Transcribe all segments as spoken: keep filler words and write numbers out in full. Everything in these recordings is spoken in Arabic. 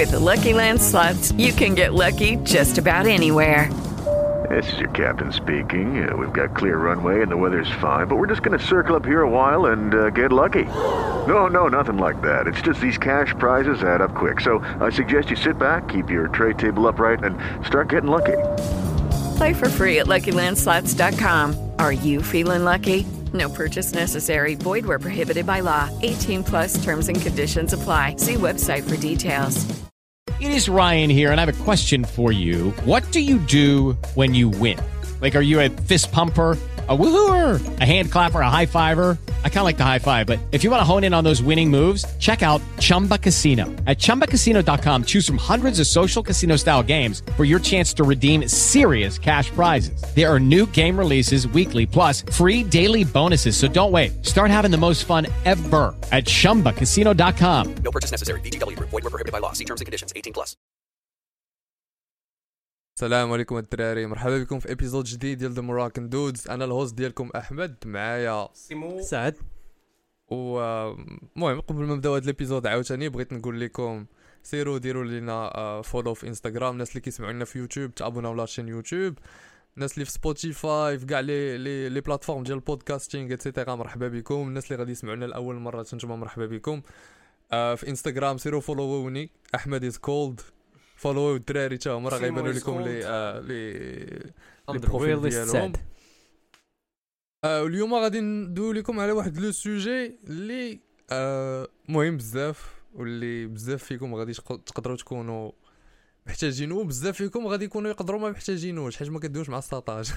With the Lucky Land Slots, you can get lucky just about anywhere. This is your captain speaking. Uh, we've got clear runway and the weather's fine, but we're just going to circle up here a while and uh, get lucky. No, no, nothing like that. It's just these cash prizes add up quick. So I suggest you sit back, keep your tray table upright, and start getting lucky. Play for free at Lucky Land Slots dot com. Are you feeling lucky? No purchase necessary. Void where prohibited by law. eighteen plus terms and conditions apply. See website for details. It is Ryan here, and I have a question for you. What do you do when you win? Like, are you a fist pumper, a woohooer, a hand clapper, a high fiver? I kind of like the high five, but if you want to hone in on those winning moves, check out Chumba Casino. At chumba casino dot com, choose from hundreds of social casino-style games for your chance to redeem serious cash prizes. There are new game releases weekly, plus free daily bonuses, so don't wait. Start having the most fun ever at chumba casino dot com. No purchase necessary. V G W Group. Void where prohibited by law. See terms and conditions. eighteen plus. السلام عليكم الدراري، مرحبا بكم في ابيزود جديد ديال ذا موراكن دودز. انا الهوست ديالكم احمد، معايا سيمو سعد. ومهم قبل ما نبداو هذا الابيزود عاوتاني بغيت نقول لكم سيروا ديروا لينا فولو في انستغرام، الناس اللي كيسمعوا لنا في يوتيوب تابوناو لاشين يوتيوب، الناس اللي في سبوتيفاي في كاع لي لي لي بلاتفورم ديال البودكاستينغ ايتترا مرحبا بكم، الناس اللي غادي يسمعونا لاول مره نتوما مرحبا بكم. آه في انستغرام سيروا فولووني احمد از كولد، فولو الدراري تا هما راه غيبانوا لكم لي آه لي لي بروفيل ديالهم. آه اليوم غادي ندوي لكم على واحد لو سوجي اللي آه مهم بزاف، واللي بزاف فيكم غادي تقدروا تكونوا محتاجينه، بزاف فيكم غادي يكونوا يقدروا ما محتاجينوش حيت ما كدوش مع السطاج.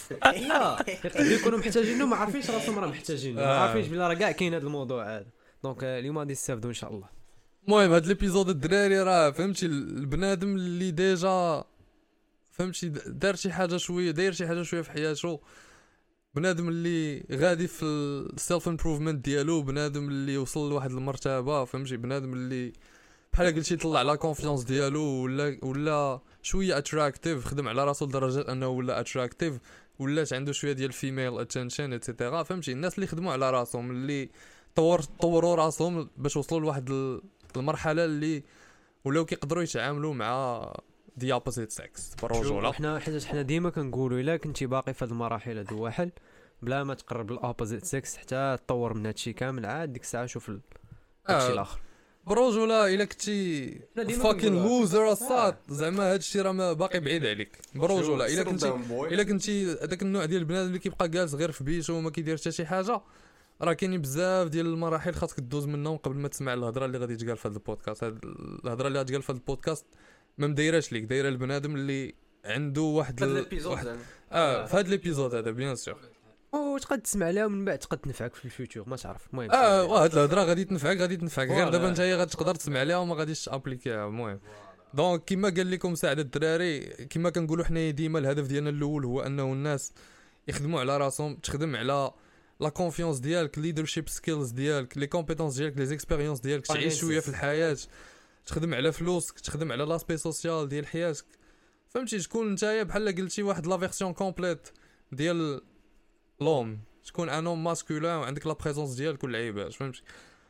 لا يقدروا يكونوا محتاجينه ما عارفينش راسهم راه محتاجينه، ما عارفينش بلا راه كاع كاين هذا الموضوع هذا. دونك اليوم غادي نستافدوا ان شاء الله. المهم هاد الابيزود الدراري راه فهمتي البنادم اللي ديجا فهمتي دار شي حاجه شويه داير شي حاجه شويه في حياته، بنادم اللي غادي في السيلف امبروفمنت ديالو، بنادم اللي وصل لواحد المرتبه فهمتي، بنادم اللي بحال قلتي طلع لا كونفيونس ديالو ولا ولا شويه اتراكتيف، خدم على راسو لدرجه انه ولا اتراكتيف، ولات عنده شويه ديال فيميل اتنشن ايتترا فهمتي. الناس اللي خدموا على راسهم، اللي طور طوروا راسهم باش وصلوا لواحد المرحله اللي ولاو كيقدروا يتعاملوا مع دي اوبوزيت سكس بالرجوله. حنا حيت حنا ديما كنقولوا الا كنتي باقي في هذه المراحل هذو واحد بلا ما تقرب للاوبوزيت سكس حتى تطور من هادشي كامل، عاد ديك الساعه شوف هادشي الاخر برجوله. الا كنتي فاكين لوزر اصاط زعما هادشي راه باقي بعيد عليك برجوله. الا كنتي الا كنتي هذاك النوع ديال البنات اللي كيبقى جالس غير في بيته وما كيدير حتى شي حاجه، راه كاينين بزاف ديال المراحل خاصك تدوز منهم قبل ما تسمع الهضره اللي غادي تقال في هذا البودكاست. هاد الهضره اللي غادي تقال في هذا البودكاست ما مدايراش ليك، دايره البنادم اللي عنده واحد الابيزود اه في هذا الابيزود هذا بيان سور، وتقد تسمع لها ومن بعد تقد تنفعك في الفيوتشر ما تعرف. المهم اه وهاد الهضره غادي تنفعك غادي تنفعك غير دابا نتايا غادي تقدر تسمع ليها وما غاديش تابليكيها. المهم دونك كما قال لكم سعد الدراري، كما كنقولوا حنا ديما الهدف ديالنا الاول هو انه الناس يخدموا على راسهم، تخدم على لا كونفيونس ديالك، ليدرشيب سكيلز ديالك، لي كومبيتونس ديالك، لي زيكسبيريونس ديالك، تعيش شويه في الحياه، تخدم على فلوسك، تخدم على لاسبي سوسيال ديال حياتك فهمتي، تكون نتايا بحال قلتي واحد لا فيرسيون كومبليت ديال لوم، تكون ان اوم ماسكولين وعندك لا بريزونس ديالك واللعيبات فهمتي.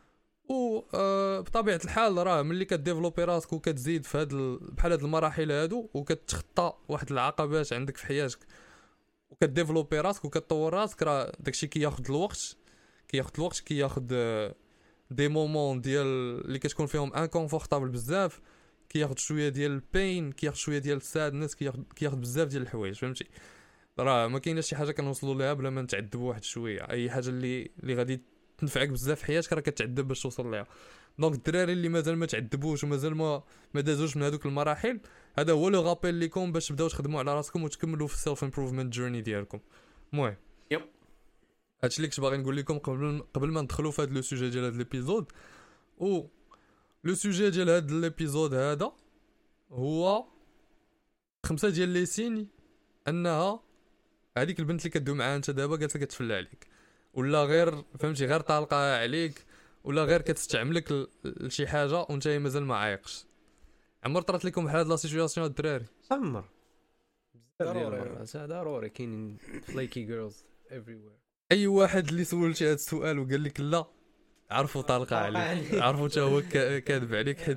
و آه بطبيعه الحال راه ملي كديفلوبي راسك وكتزيد في هاد ال... بحال هاد المراحل هادو وكتخطى واحد العقبات عندك في حياتك وكديفلوبي راسك وكتطور راسك، راه داكشي كياخذ الوقت كياخذ الوقت كياخذ دي مومون ديال اللي كتكون فيهم انكونفورطابل بزاف، كياخذ شويه ديال البين، كياخذ شويه ديال السادنس، كياخذ كياخذ بزاف ديال الحوايج فهمتي. راه ما كايناش شي حاجه كنوصلوا ليها بلا ما نتعذبوا واحد شويه، اي حاجه اللي اللي غادي تنفعك بزاف في حياتك راه كتعذب باش توصل ليها. دونك الدراري اللي مازال ما تعذبوش ومازال ما ما دازوش من هذوك المراحل، هذا هو لو رابيل ليكم باش تبداو تخدموا على راسكم وتكملوا في السيلف امبروفمنت جورني ديالكم. المهم يب هادشي اللي كنت باغي نقول لكم قبل قبل ما ندخلوا في هذا لو سوجي ديال هذا الابيزود. و لو سوجي ديال هذا الابيزود هذا هو خمسه ديال لي سين انها هذيك البنت اللي كدوي معاها انت دابا جالسه كتفلى عليك، ولا غير فهمتي غير طالقه عليك، ولا غير كتستعملك لشي حاجه وانت مازال ما عايقش. عمر طرات لكم بحال هاد لا سيتوياسيون الدراري؟ عمر ضروري ضروري كاين فليكي جيرلز everywhere. اي واحد اللي سولتي هذا السؤال وقال لك لا عرفوا طالقه عليك، عرفوا حتى هو كاذب عليك، حيت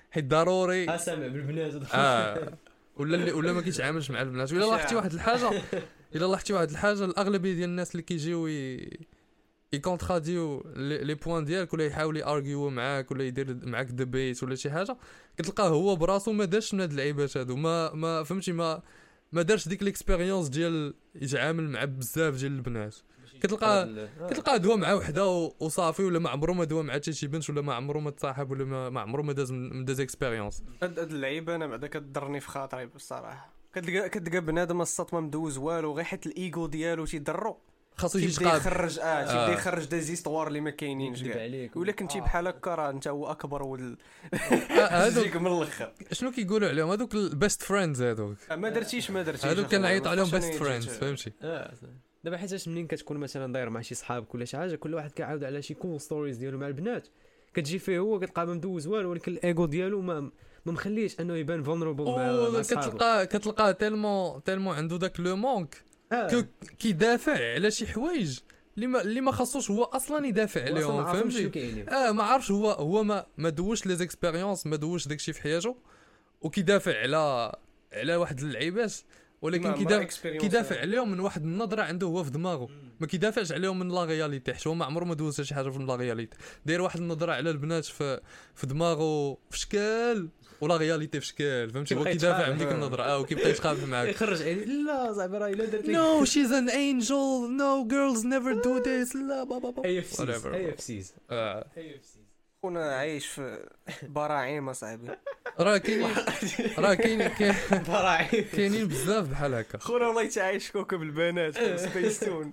حيت ضروري ها سامع بالبنات اه ولا اللي ولا ما كيتعاملش مع البنات. ولا لاحظتي واحد الحاجه الا لاحظتي واحد الحاجه الاغلبيه ديال الناس اللي كيجيو يكونتراديو لي بوين ديالك ولا يحاول يارغيو معاك ولا يدير معاك ديبيت ولا شي حاجه كتلقاه هو براسو ما دارش من هاد اللعيبات هادو ما ما فهمتي ما ما دارش ديك ليكسبيريونس ديال يتعامل مع بزاف ديال البنات. كتلقى كتلقى دوا مع وحده وصافي ولا ما عمره ما دوا مع حتى شي بنت ولا ما عمره ما تصاحب ولا ما, ما عمره ما داز من داز اكسبيريونس. هاد اللعيبه انا بعدا كضرني في خاطري بصراحه. كتلقى كتلقى بنادم السط ما مدوز والو غير حيت الايغو ديالو تيضرو خاصو يجي يبدا يخرج اه تيبدا يخرج دي زيستوار اللي ما كاينينش كاع. ولا كنتي بحال هكا راه انت هو اكبر ولد هذوك من الاخر. شنو كيقولوا عليهم هذوك البيست فريندز هذوك ما درتيش ما درتيش هذوك كنعيط عليهم بيست فريندز فهمتي. اه دابا حيتاش منين كتكون مثلا داير مع شي صحابك ولا شي حاجه كل واحد كيعاود على شي كول ستوريز ديالو مع البنات كتجي فيه هو كتلقى ما مدوز والو ولكن الايغو ديالو ما ما مخليش انه يبان فولنربل مع كتلقى كتلقى تيلمون تيلمون عنده داك لو مونك كيدافع على شي حوايج اللي ما اللي ما خاصوش هو اصلا يدافع عليهم فهمتي. اه ما عارفش هو هو ما ما دوش لي زيكسبيريونس ما دوش داكشي في حياته وكيدافع على على واحد اللعيبات ولكن كيدافع كيدافع عليهم من واحد النظره عنده هو في دماغه ما كيدافعش عليهم من لا رياليتي حيت هو ما عمره ما دوز شي حاجه في لا رياليتي داير واحد النظره على البنات في في دماغه في شكل ولا رياليتي في شكل فهمتي. هو كيدافع من ديك النظره اه وكيبقى يتقابل معاك يخرج لا زعما راه الا درت نو شيز ان انجل نو جيرلز نيفر دو ذيس لا بابا اي اف سيز اي اف سيز اه اي اف سيز خونا عايش في براعيم اصاحبي. راه كاينين راه كاين براعيم كاينين بزاف بحال هكا خونا والله تعايش كوكب البنات سبيستون.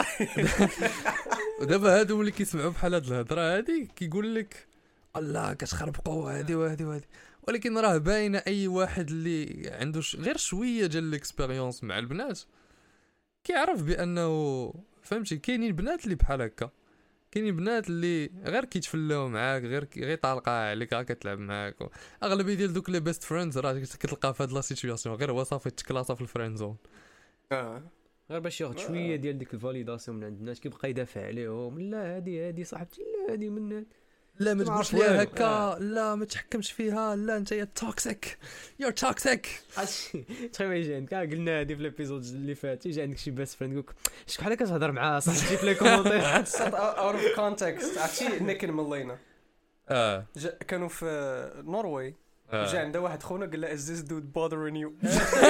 ودابا هادو اللي كيسمعوا بحال هاد الهضره هادي كيقول لك الله كتخربقوا هادي وهادي وهادي ولكن راه باينه اي واحد اللي عنده غير شويه ديال الاكسبيريونس مع البنات كيعرف بانه فهمتي كاينين بنات اللي بحال هكا كاينين بنات اللي غير كيتفلاو معاك غير غير طالقه عليك غير كتلعب معاك. اغلبيه ديال دوك لي بيست فريندز راه كتلقى في هاد لا سيتوياسيون غير هو صافي تكلاصا في الفريند زون اه غير باش ياخذ شويه ديال ديك الفاليداسيون من عند الناس كيبقى يدافع عليهم لا هادي هادي صاحبتي لا هادي من لا ما تقولش ليها هكا لا ما تحكمش فيها لا انت يا توكسيك يور توكسيك. تخيل يجي عندك قلنا هذه في الابيزود اللي فات يجي عندك شي بيست فريند يقولك شكون حالك كتهضر معاه صاحبي في لي كومونتير اوت اوف كونتكست عرفتي نكن ملينا اه كانوا في نوروي جا عنده واحد خونا قال له از ذيس دود bothering you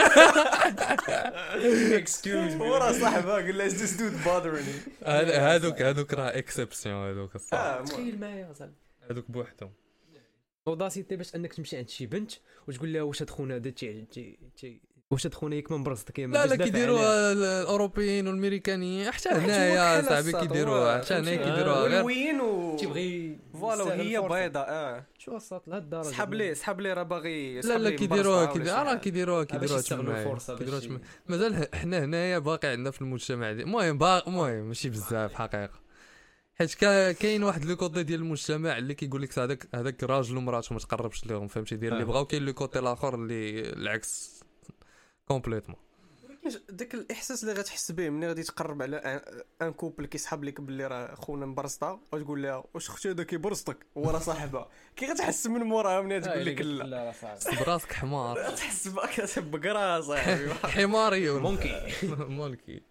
اكسكيوز مي ورا صاحبه قال له از ذيس دود bothering you. هذوك هذوك راه اكسبسيون هذوك الصراحه تخيل معايا صاحبي هذوك بوحدهم اوداسيتي باش انك تمشي عند شي بنت وتقول لها واش هاد خونا هذا تي تي واش هاد خونا ياك من برصتك يا لا لا كيديروها الاوروبيين والامريكانيين حتى هنايا صاحبي كيديروها حتى هنا كيديروها غير وين و تيبغي فوالا هي بيضاء اه شو وصلت لهاد الدرجه سحب ليه سحب ليه راه باغي لا لا كيديروها كيديروها راه كيديروها كيديروها كيديروها مازال حنا هنايا باقي عندنا في المجتمع دي المهم باقي المهم ماشي بزاف حقيقه حيت كاين واحد لو كوتي ديال المجتمع اللي كيقول لك هذاك هذاك راجل ومراته ما تقربش لهم فهمتي دير اللي بغاو كاين لو كوتي الاخر اللي العكس كومبليتمون. داك الاحساس اللي غتحس به ملي غادي تقرب على ان كوبل كيسحب لك باللي راه خونا مبرسطه وتقول لها واش اختي هذا كيبرسطك هو راه صاحبها كي غتحس من موراها ملي تقول لك لا براسك حمار تحس باك بقرا صاحبي حماري مونكي مونكي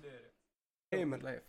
ايمن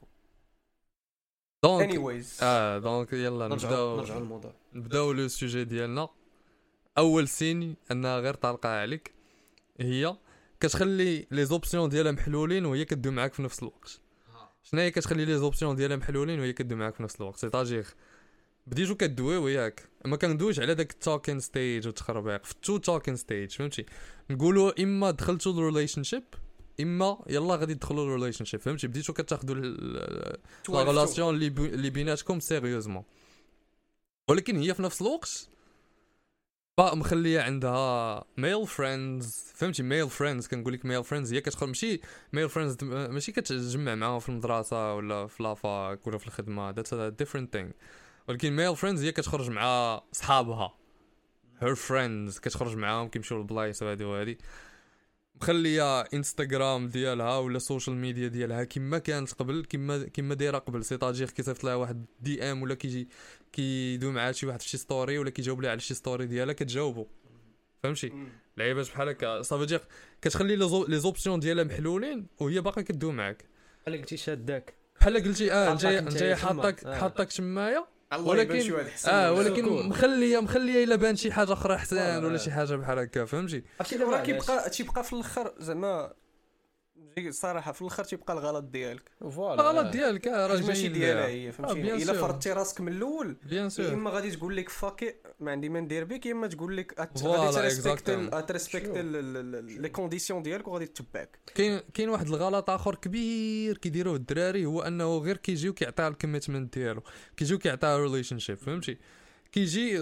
دونك anyways اه دونك يلا نبداو نرجعوا للموضوع نبداو لو سوجي ديالنا. اول سين انها غير طالقه عليك هي كتخلي لي زوبسيون ديالها محلولين وهي كدوي معاك في نفس الوقت. شنو هي كتخلي لي زوبسيون ديالها محلولين وهي كدوي معاك في نفس الوقت سيتاجير بديتو كدوي وياك ما كندويش على داك التوكين ستيج والتخربيق في التو توكين ستيج فهمتي نقولوا اما دخلتوا الريليشن شيب اما يلا غادي تدخلوا الريليشن شيب فهمتي بديتو كتاخذوا لا ريلاسيون اللي اللي بيناتكم سيريوزمون ولكن هي في نفس الوقت با مخليه عندها ميل فريندز فهمتي ميل فريندز كنقول لك ميل فريندز هي كتخرج ماشي ميل فريندز ماشي كتجمع معاهم في المدرسه ولا في لافاك ولا في الخدمه ذاتس ا ديفرنت ثينغ ولكن ميل فريندز هي كتخرج مع صحابها هير فريندز كتخرج معاهم كيمشيو للبلايص هادي وهادي مخليه انستغرام ديالها ولا السوشيال ميديا ديالها كما كانت قبل، كما كما دايره قبل، سيتاجير كيصيفط لها واحد دي ام ولا كيجي كيدوي معها شي واحد في شي ستوري ولا كيجاوب لها على شي ستوري ديالها كتجاوبو، فهمتي؟ لعيبات بحال هكا صافي دير كتخلي لي زوبسيون ديالها محلولين وهي باقا كدوي معاك بحال قلتي شاداك بحال قلتي اه حاطك جاي انت جاي تما. حاطك آه. حاطك تمايا، الله يبان شي ولكن واحد حسن اه منك. ولكن سكور. مخليه مخليه الا بان شي حاجه اخرى احسن آه. ولا شي حاجه بحال هكا، فهمتي؟ عرفتي راه دابا كيبقى تيبقى في الاخر زعما نجي صراحه في الاخر تيبقى الغلط ديالك فوالا الغلط ديالك آه، راه حيت ماشي جايين ديالها ليها. هي آه، فهمتي بيان الا سور. فرضتي راسك من الاول بيان يا سور اما غادي تقول لك فاكي ما عندي ما ندير بك، يا اما تقول لك أت- فوالا، غادي تريسبكت exactement. تريسبكت لي كونديسيون ديالك وغادي تتبعك. كاين كاين واحد الغلط اخر كبير كيديروه الدراري، هو انه غير كيجيو كيعطيها الكوميتمنت ديالو، كيجيو كيعطيها ريليشن شيب، فهمتي؟ كيجي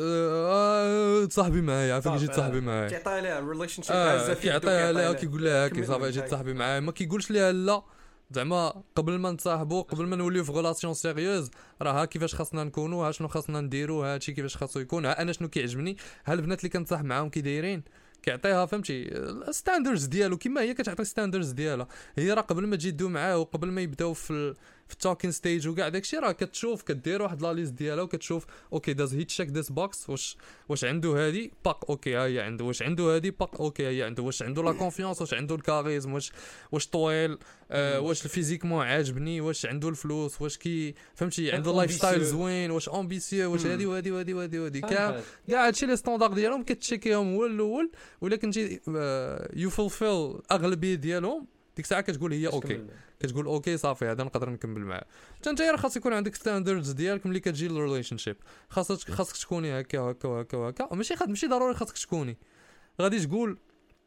آه تصاحبي معايا عافاك جيت تصاحبي معايا كيعطيها لها ريليشن شيب اه كيعطيها لها كيقول لها هاكي كمل صافي جيت هاي. تصاحبي معايا، ما كيقولش ليها لا زعما قبل ما نتصاحبوا قبل ما نوليو في غولاسيون سيريوز راه ها كيفاش خاصنا نكونوا، ها شنو خاصنا نديروا، هادشي كيفاش خاصو يكون، ها انا شنو كيعجبني، ها البنات اللي كنتصاحب معاهم كي دايرين، كيعطيها فهمتي الستاندردز ديالو كما هي كتعطي ستاندردز ديالها هي، راه قبل ما تجي دو معاه وقبل ما يبداو في ال... في التوكين ستيج وكاع داكشي راه كتشوف كدير واحد لا ليست ديالها وكتشوف اوكي داز هي تشيك ذيس بوكس، واش واش عنده هادي باك اوكي ها هي عنده، واش عنده هادي باك اوكي هي عنده، واش عنده لا كونفيونس، واش عنده الكاريزم، واش واش طويل آه واش الفيزيكمون عاجبني، واش عنده الفلوس، واش كي فهمتي عنده لايف ستايل زوين، واش امبيسيو، واش هادي وهادي وهادي وهادي وهادي كاع كاع هادشي لي ستاندارد ديالهم كتشيكيهم هو الاول، ولا كنتي يو فولفيل اغلبيه ديالهم ديك الساعه كتقول هي اوكي، كتقول اوكي صافي هذا نقدر نكمل معاه. حتى انت راه خاص يكون عندك ستاندردز ديالك ملي كتجي للريليشن شيب، خاصك خاصك تكوني هكا هكا هكا هكا، ماشي خاص ماشي ضروري خاصك تكوني غادي تقول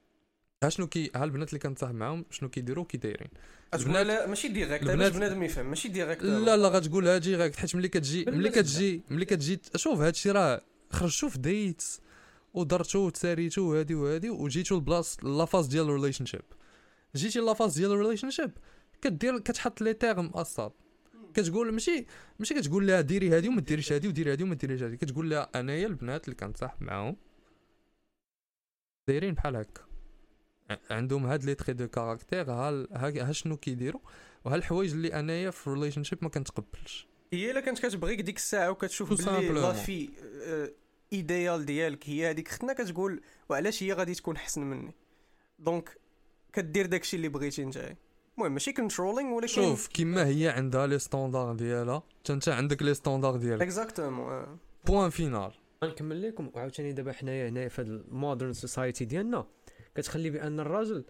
ها شنو كي ها البنات اللي كنتصاحب معاهم شنو كيديروا كي دايرين البنات لا ماشي ديريكت باش بنادم يفهم ماشي ديريكت لا لا غتقولها ديريكت، حيت ملي كتجي ملي كتجي ملي كتجي شوف هادشي راه خرجتو في ديت ودرتو وتساريتو وهادي وهادي وجيتو لبلاص لافاز ديال الريليشن شيب، جيتي لافاز ديال الريليشن شيب كدير كتحط لي تيرم اصاط، كتقول ماشي ماشي كتقول لها ديري هادي وما ديريش هادي وديري هادي وما ديريش هادي، كتقول لها انايا البنات اللي كنتصاحب معاهم دايرين بحال هكا، عندهم هاد لي تري دو كاركتير، ها ها شنو كيديروا وها الحوايج اللي انايا في الريليشن شيب ما كنتقبلش. هي الا كانت كتبغيك ديك الساعه وكتشوف بلي لا في ايديال ديالك هي هذيك ختنا، كتقول وعلاش هي غادي تكون احسن مني، دونك كدير داكشي اللي بغيتي نتايا. المهم ماشي كنترولينغ ولكن شوف كيما هي عندها لي ستاندار ديالها حتى انت عندك لي ستاندار ديالك اكزاكتومون بوين فينال. غنكمل لكم وعاوتاني دابا حنايا هنايا في هاد المودرن سوسايتي ديالنا كتخلي بان الراجل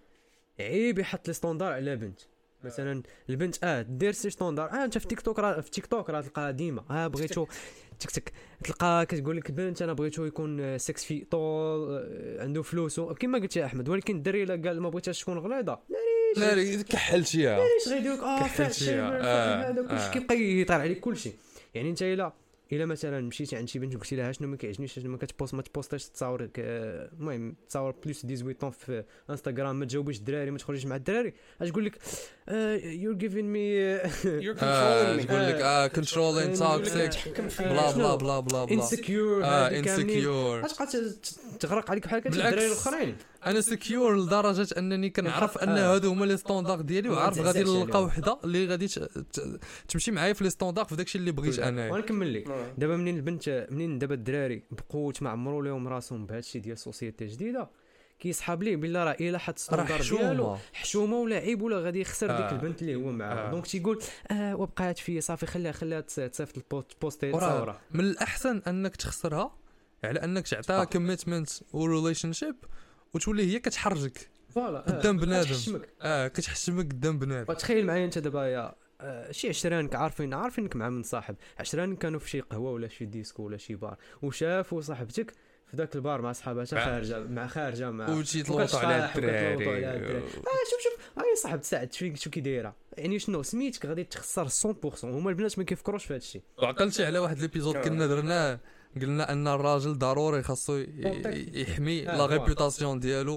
عيب يحط لي ستاندار على بنت، مثلا البنت اه دير سي ستاندار، اه انت في تيك توك راه في تيك توك راه تلقاها ديما اه بغيتو تيك تك تلقى كتقول لك بنت انا بغيتو يكون سكس في طول عنده فلوس كما قلت يا احمد، ولكن الدري الا قال ما بغيتهاش تكون غليظه لا لا كحلتيها علاش غيديروك اه كحلتيها هذا كلشي كيبقى يطير عليك كلشي. يعني انت الا الا مثلا مشيتي عند شي بنت وقلتي لها شنو ما كيعجبنيش شنو ما كتبوست ما تبوستاش تصاور المهم تصاور بلوس ثمانية عشر في انستغرام، ما تجاوبيش الدراري ما تخرجيش مع الدراري، غتقول لك يو جيفين مي يور تقول كنترولينغ لك اه كنترولين توكسيك بلا بلا بلا بلا بلا انسكيور اه انسكيور غتبقى تغرق عليك بحال كتر الدراري الاخرين. انا سكيور لدرجه انني كنعرف ان هادو هما لي ستاندار ديالي وعارف غادي نلقى وحده اللي غادي تمشي معايا في لي ستاندار في داكشي اللي بغيت انا. ونكمل لك دابا منين البنت منين دابا الدراري بقوت ما عمروا لهم راسهم بهادشي ديال السوسيتي جديده كيسحاب ليه بلا راه الا حط ستاندار ديالو حشومه ولا عيب ولا غادي يخسر ديك البنت اللي هو معاها، دونك تيقول اه وبقات فيا صافي خليها خليها تصيفط البوستي تصاورها. من الاحسن انك تخسرها على انك تعطيها كوميتمنت وريليشن شيب وتولي هي كتحرجك فوالا قدام بنادم اه كتحشمك قدام بنادم. وتخيل معايا انت دابا يا آه شي عشرانك عارفين عارفينك مع من صاحب عشران كانوا في شي قهوه ولا شي ديسكو ولا شي بار وشافوا صاحبتك في ذاك البار مع صحاباتها خارجه مع خارجه مع وتجي تلوطوا على الدراري اه شوف شوف هاي صاحب سعد شوف شو كي دايره يعني شنو سميتك غادي تخسر مية بالمية. هما البنات ما كيفكروش في هذا الشيء. وعقلتي على واحد ليبيزود كنا درناه قلنا ان الراجل ضروري خاصو يحمي لا ريبوتاسيون ديالو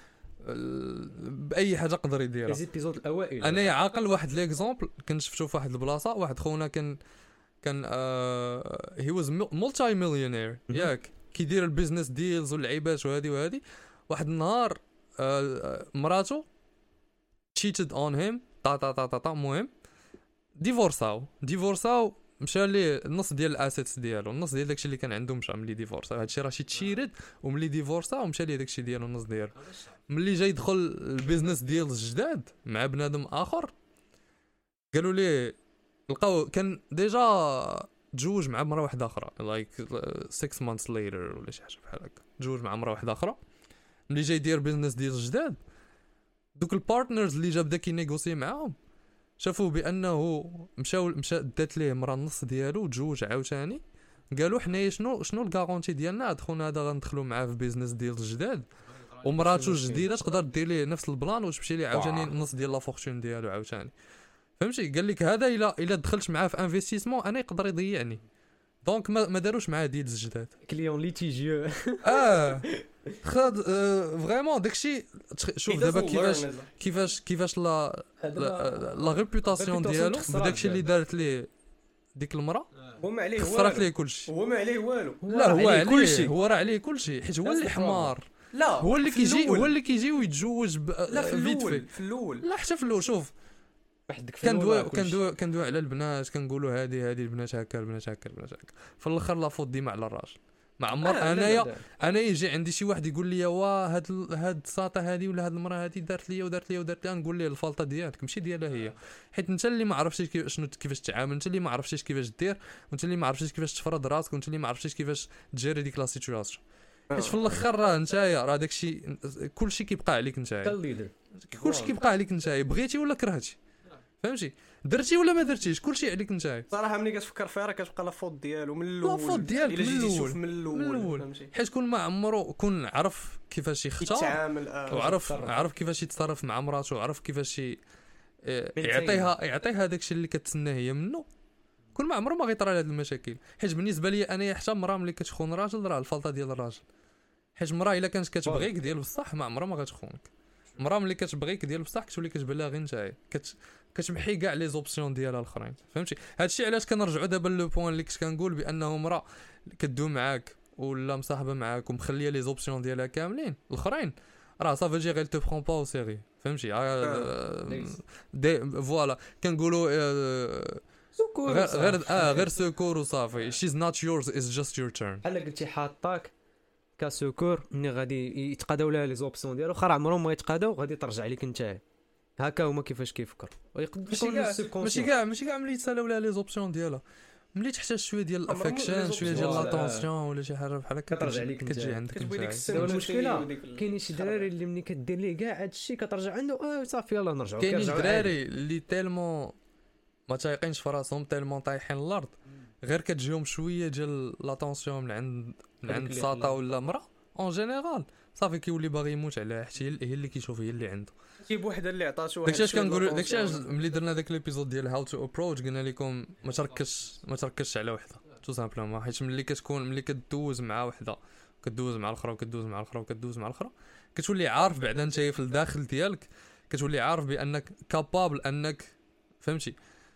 باي حاجه قدر يديرها. ليزيبيزود الاوائل انا عاقل واحد ليكزامبل كنت شفتو في واحد البلاصه واحد خونا كان كان هي واز مولتي مليونير ياك كيدير البيزنس ديلز واللعيبات وهذه وهذه. واحد النهار آه مراتو cheated on him تا تا تا تا المهم ديفورساو ديفورساو مشى ليه النص ديال الاسيتس ديالو النص ديال داكشي اللي كان عنده مشى ملي ديفورساو هادشي راه شي تشيرد وملي ديفورساو مشى ليه داكشي ديالو النص ديالو ملي جاي يدخل البيزنس ديال الجداد مع بنادم اخر قالوا ليه لقاو كان ديجا تزوج مع مرا واحده اخرى لايك six months later ولا شي حاجه بحال هكا تزوج مع مرا واحده اخرى ملي جاي يدير بيزنس ديال الجداد دوك البارتنرز اللي جا بدا كينيغوسي معاهم شافوا بانه مشاو مشى دات ليه مرا النص ديالو وتزوج عاوتاني قالوا حنايا شنو شنو الكارونتي ديالنا هاد خونا هذا غندخلوا معاه في بيزنس ديال الجداد ومراتو الجديده تقدر دير ليه نفس البلان وتمشي ليه عاوتاني النص ديال لا فورتون ديالو عاوتاني فهمتي قال لك هذا الا الا دخلت معاه في انفستيسمون انا يقدر يضيعني دونك ما, ما داروش معاه ديلز جداد كليون ليتيجيو اه خد فريمون داكشي شوف دابا كيفاش كيفاش كيفاش لا لا ريبوتاسيون ديالو بداكشي اللي دارت ليه ديك المراه هو ما عليه خسرت ليه كلشي هو ما عليه والو لا هو عليه كلشي هو راه عليه كلشي حيت هو اللي حمار لا هو اللي كيجي هو اللي كيجي ويتزوج لا في الاول في الاول لا حتى في الاول شوف كندوي كندوي كندوي على البنات كنقولوا هذه هذه البنات هكا البنات هكا البنات هكا في الاخر لا فوت ديما على الراجل مع عمر آه انايا انا يجي عندي شي واحد يقول لي وا هاد هاد الساطه هذه ولا هاد المراه هذه دارت لي ودارت لي ودارت لي نقول ليه الفالطه ديالك ماشي ديالها هي حيت انت اللي ما عرفتيش كيف شنو كيفاش تتعامل انت اللي ما عرفتيش كيفاش دير وانت اللي ما عرفتيش كيفاش تفرض راسك وانت اللي ما عرفتيش كيفاش تجيري ديك لا سيتوياسيون حيت في الاخر راه نتايا راه داكشي كلشي كيبقى عليك نتايا كلشي كيبقى عليك نتايا بغيتي ولا كرهتي فهمتي درتي ولا ما درتيش كلشي عليك نتايا صراحه ملي كتفكر فيها راه كتبقى لا فوت ديالو من الاول لا فوت ديالك من الاول من الاول فهمتي حيت كون ما عمرو كون عرف كيفاش يختار يتعامل آه وعرف عرف كيفاش يتصرف مع مراته وعرف كيفاش يعطيها يعطيها داكشي اللي كتسناه هي منه كون ما عمرو ما غيطرى لهاد المشاكل حيت بالنسبه لي انا حتى مرا ملي كتخون راجل راه الفلطه ديال الراجل حيت مرا الا كانت كتبغيك ديال بصح ما عمرها ما غتخونك مرا ملي كتبغيك ديال بصح كتولي كتبان لها غير نتايا كت كتمحي كاع لي زوبسيون ديالها الاخرين فهمتي هادشي علاش كنرجعوا دابا لو بوين اللي كنت كنقول بانه مرا كدوم معاك ولا مصاحبه معاك ومخليه لي زوبسيون ديالها كاملين الاخرين راه صافي جي غير تو برون با او سيري فهمتي دي فوالا كنقولوا غير غير اه غير سكور وصافي شيز نوت يورز از جاست يور تيرن بحال قلتي حاطاك كسكور ملي غادي يتقاداو لها لي زوبسيون ديالو خرا عمرهم ما يتقاداو غادي ترجع لك نتايا هكا هما كيفاش كيفكر ويقدر يكون ماشي كاع ماشي كاع ملي يتسالاو لها لي زوبسيون ديالها ملي تحتاج شويه ديال الافكشن شويه ديال لاتونسيون ولا شي حاجه بحال هكا كترجع لك كتجي عندك المشكله كاينين شي دراري اللي ملي كدير ليه كاع هادشي كترجع عنده اه صافي يلاه نرجعوا كاينين دراري اللي تالمون ما تايقينش في راسهم تالمون طايحين الارض غير كتجيهم شويه ديال لاتونسيون من عند من عند ساطا ولا مرا اون جينيرال صافي كيولي باغي يموت عليها حتى هي اللي كيشوف هي اللي عنده كيب وحده اللي عطاتو داكشي اش كنقولوا داكشي ملي درنا داك ليبيزود ديال هاو تو ابروتش قلنا لكم ما تركزش ما تركزش على وحده تو سامبلومون حيت ملي كتكون ملي كدوز مع وحده كدوز مع الاخرى وكدوز مع الاخرى وكدوز مع الاخرى كتولي عارف بعدا انت في الداخل ديالك كتولي عارف بانك كابابل انك فهمتي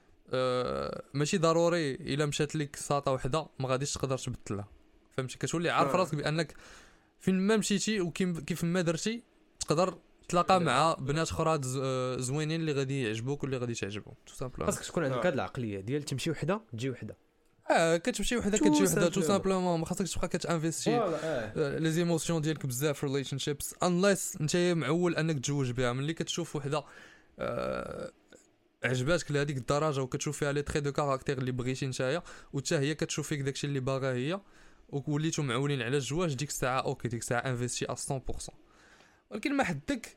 أه ماشي ضروري الا مشات لك ساطه وحده ما غاديش تقدر تبدلها فهمتي كتولي عارف راسك بانك فين ما مشيتي وكيف ما درتي تقدر تلاقى مع بنات اخرى زوينين اللي غادي يعجبوك واللي غادي تعجبهم تو سامبلومون خاصك تكون عندك هاد العقليه ديال تمشي وحده تجي وحده اه كتمشي وحده كتجي وحده تو سامبلومون ما خاصكش تبقى كتانفيستي لي زيموسيون ديالك بزاف في ريليشن شيبس انليس انت معول انك تزوج بها ملي كتشوف وحده آه عجباتك لهذيك الدرجه وكتشوف فيها لي تري دو كاركتير اللي بغيتي نتايا وحتى هي كتشوف فيك داكشي اللي باغا هي ووليتو معولين على الزواج ديك الساعه اوكي ديك الساعه انفيستي مية بالمية ولكن ما حدك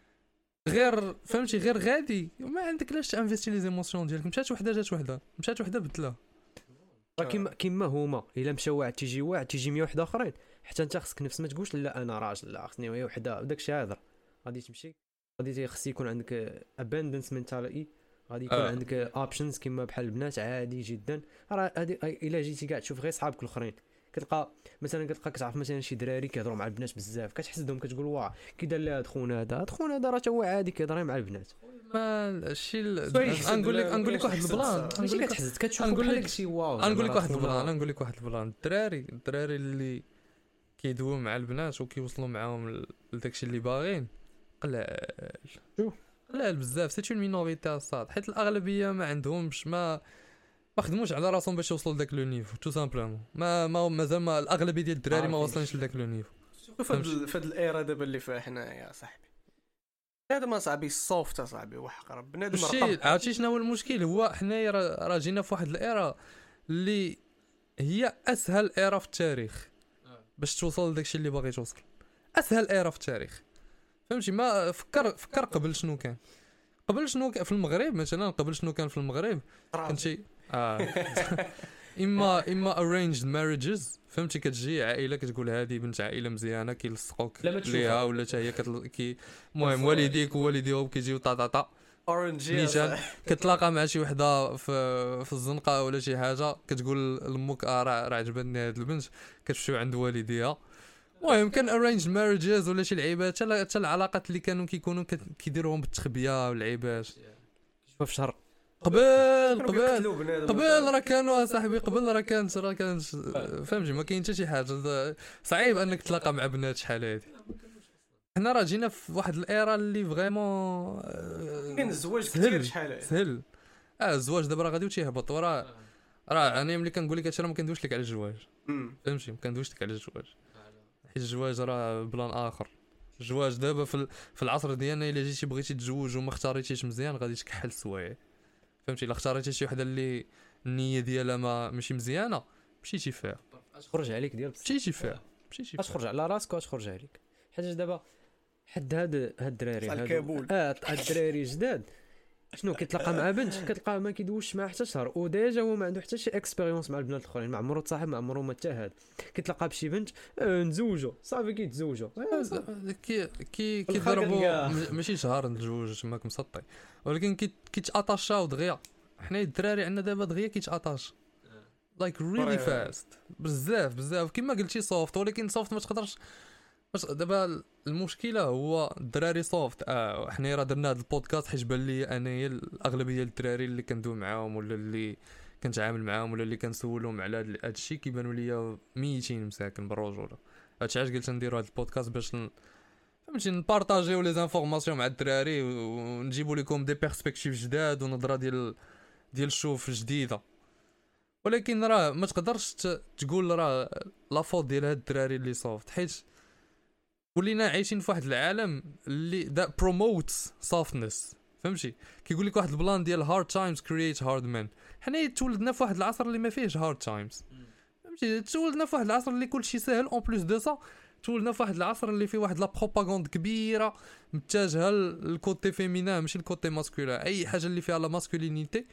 غير فهمتي غير غادي وما عندك لاش تانفيستي لي زيموسيون ديالك مشات وحده جات وحده مشات وحده بدلها راه كيما كيما هما الا مشى واحد تيجي واحد تيجي مية وحده اخرين حتى انت خصك نفس ما تقولش لا انا راجل لا خصني هي وحده داكشي هذا غادي تمشي غادي خص يكون عندك اباندنس مينتاليتي غادي يكون آه. عندك اوبشنز كيما بحال البنات عادي جدا راه هذه الا جيتي كاع تشوف غير صحابك الاخرين كتلقى مثلا كتلقى كتعرف مثلا شي دراري كيهضروا مع البنات بزاف كتحسدهم كتقول واه كي دار لها خونا هذا هاد خونا هذا راه هو عادي كيهضر مع البنات ما الشيء نقول لك نقول لك واحد البلان ماشي كتحسد كتشوف بحال شي واو نقول لك واحد البلان نقول لك واحد البلان الدراري الدراري اللي كيدويو مع البنات وكيوصلوا معاهم لداكشي اللي باغيين قلال شو؟ قلال بزاف. سيتو المينوريتي الصاد، حيت الاغلبيه ما عندهمش ما ما خدموش على راسهم باش يوصلوا لذاك لو نيفو تو سامبلومون. ما ما مازال ما الاغلبيه ديال الدراري ما واصلينش لذاك لو نيفو. فهاد فهاد الايرا دابا اللي فيها حنايا صاحبي، هذا ما صاحبي السوفت صاحبي وحق راه بنادم شي عرفتي شنو هو المشكل؟ هو حنايا راه راه جينا في واحد الايرا اللي هي اسهل ايرا في التاريخ باش توصل لداكشي اللي باغي توصل. اسهل ايرا في التاريخ فهمتي. ما فكر فكر قبل شنو كان قبل شنو كان في المغرب مثلا. قبل شنو كان في المغرب كان شي اه اما اما arranged marriages فهمتي. كتجي عائله كتقول هذه بنت عائله مزيانه كيلصقوك ليها ولا حتى هي كتل... كي المهم والديك ووالديهم كيجيو طا طا طا اورنجي كتلاقى مع شي وحده في في الزنقه ولا شي حاجه كتقول لامك اه راه راه عجبتني هاد البنت كتمشيو عند والديها. المهم كان arranged marriages ولا شي لعيبات حتى العلاقات اللي كانوا كيكونوا كيديروهم بالتخبيه واللعيبات شوف في شهر قبل قبل قبل راه كانوا صاحبي قبل راه كانت راه كانت فهمتي ما كاين حتى شي حاجه. صعيب انك تلاقى مع بنات شحال هادي. حنا راه جينا في واحد الايرا اللي فريمون كاين الزواج كثير شحال هادي سهل. اه الزواج دابا راه غادي تيهبط وراه راه انا ملي كنقول لك هادشي راه ما كندويش لك على الزواج فهمتي. ما كندويش لك على الزواج حيت الزواج راه بلان اخر. الزواج دابا في في العصر ديالنا الا جيتي بغيتي تزوج وما اختاريتيش مزيان غادي تكحل السوايع فهمتي. الا اختاريتي شي وحده اللي النيه ديالها ما ماشي مزيانه مشيتي فيها اش خرج عليك ديال مشيتي فيها مشيتي اش خرج على راسك واش خرج عليك. حيت دابا حد هاد هاد الدراري هاد اه هاد الدراري جداد شنو كيتلاقى مع بنت كتلقاه ما كيدوش معها حتى شهر وديجا هو ما عنده حتى شي اكسبيريونس مع البنات الاخرين. ما عمرو تصاحب ما عمرو ما حتى هاد كيتلاقى بشي بنت آه نزوجو صافي كيتزوجوا كي كي كيضربوا ماشي شهر نتزوج تماك مسطي ولكن كيتاتاشاو دغيا. حنا الدراري عندنا دابا دغيا كيتاتاش لايك ريلي فاست بزاف بزاف كيما قلتي سوفت. ولكن سوفت ما تقدرش دابا المشكله هو الدراري سوفت. اه حنا راه درنا هذا البودكاست حيت بان لي انايا الاغلبيه ديال الدراري اللي كندوي معاهم ولا اللي كنتعامل معاهم ولا اللي كنسولهم على هذا الشيء كيبانوا ليا ميتين مساكن بالرجوله. هادشي علاش قلت نديروا هذا البودكاست باش فهمتي نبارطاجيو لي زانفورماسيون مع الدراري ونجيبوا لكم دي بيرسبكتيف جداد ونظره ديال ديال الشوف جديده. ولكن راه ما تقدرش تقول راه لا فوت ديال هاد الدراري اللي سوفت حيت ولينا عايشين في واحد العالم اللي دا بروموتس سوفتنس فهمتي. كيقول لك واحد البلان ديال هارد تايمز كرييت هارد مان. حنا تولدنا في واحد العصر اللي ما فيهش هارد تايمز فهمتي. تولدنا في واحد العصر اللي كلشي ساهل اون بليس دو سا. تولدنا في واحد العصر اللي فيه واحد لا بروباغوند كبيره متجهه للكوتي فيمينا ماشي الكوتي ماسكولين. اي حاجه اللي فيها لا ماسكولينيتي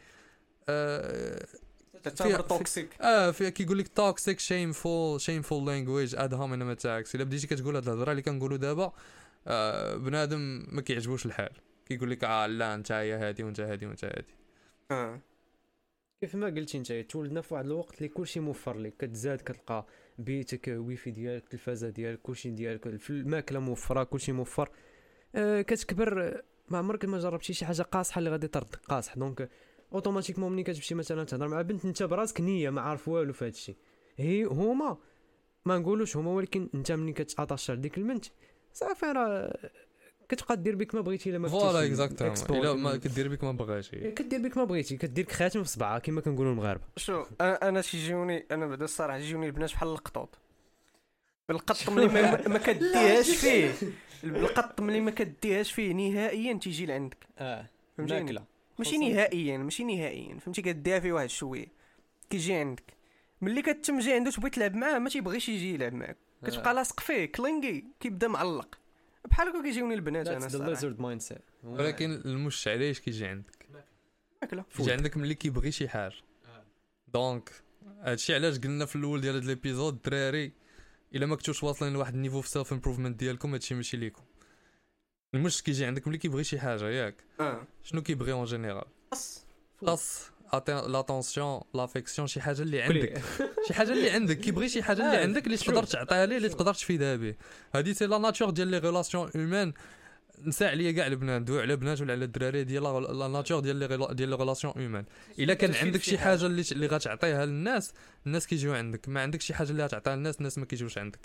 آه فيها توكسيك اه فيها كيقول لك توكسيك شيمفول شيمفول لانجويج اد هوم انما تاكس. الا بديتي كتقول هاد الهضره اللي كنقولوا دابا آه بنادم ما كيعجبوش الحال كيقول لك اه لا انت هي هادي وانت هادي وانت هادي. اه كيف ما قلتي انت تولدنا في واحد الوقت اللي كلشي موفر لك. كتزاد كتلقى بيتك ويفي ديالك التلفازه ديالك كلشي ديالك في الماكله موفره كلشي موفر. آه كتكبر ما عمرك ما جربتي شي حاجه قاصحه اللي غادي ترد قاصح. دونك اوتوماتيكمون ملي كتمشي مثلا تهضر مع بنت انت براسك نيه ما عارف والو في هذا الشيء. هي هما ما نقولوش هما ولكن انت ملي كتعطاش لديك البنت صافي راه كتبقى دير بك ما بغيتي الا ما فتيش فوالا اكزاكتومون. الا ما كدير بك ما بغيتي كدير بك ما بغيتي كدير لك خاتم في صبعها كما كنقولوا المغاربه. شو انا تيجوني انا بعدا الصراحه تيجوني البنات بحال القطوط. القط ملي ما, ما كديهاش فيه القط ملي ما كديهاش فيه نهائيا تيجي لعندك. اه فهمتيني ماشي نهائيا ماشي نهائيا فهمتي. كديها فيه واحد شويه كيجي عندك ملي كتمجي عنده تبغي تلعب معاه ما تيبغيش يجي يلعب معاك كتبقى لاصق فيه كلينغي كيبدا معلق بحال هكا. كيجيوني البنات انا الصراحه ولكن المش علاش كيجي عندك ماكله كيجي عندك ملي كيبغي شي حاجه. دونك هادشي علاش قلنا في الاول ديال هاد ليبيزود الدراري الا ما كنتوش واصلين لواحد النيفو في سيلف امبروفمنت ديالكم هادشي ماشي ليكم. المش كيجي عندك ملي كيبغي شي حاجه ياك اه شنو كيبغي اون جينيرال خاص خاص لاتونسيون لافيكسيون شي حاجه اللي عندك شي حاجه اللي عندك كيبغي شي حاجه اللي عندك اللي تقدر تعطيها ليه اللي تقدر تفيدها به. هذه سي لا ناتور ديال لي ريلاسيون هيومان. نسى عليا كاع البنات ندوي على بنات ولا على الدراري ديال لا ناتور ديال لي ديال لي ريلاسيون هيومان. الا كان عندك شي حاجه اللي اللي غتعطيها للناس الناس كيجيو عندك. ما عندك شي حاجه اللي غتعطيها للناس الناس ما كيجيوش عندك.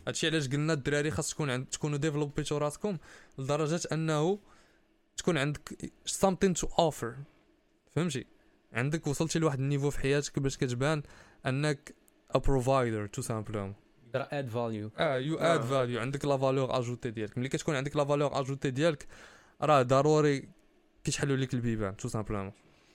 هادشي علاش قلنا الدراري خاص تكون عند تكونوا ديفلوبيتو راسكم لدرجه انه تكون عندك something to offer. فهمتي عندك وصلتي لواحد النيفو في حياتك باش كتبان انك a provider tout simplement. ترى اد فاليو اه يو اد فاليو عندك لا فالور اجوتي ديالك. ملي كتكون عندك لا فالور اجوتي ديالك راه ضروري كيتحلوا لك البيبان tout simplement.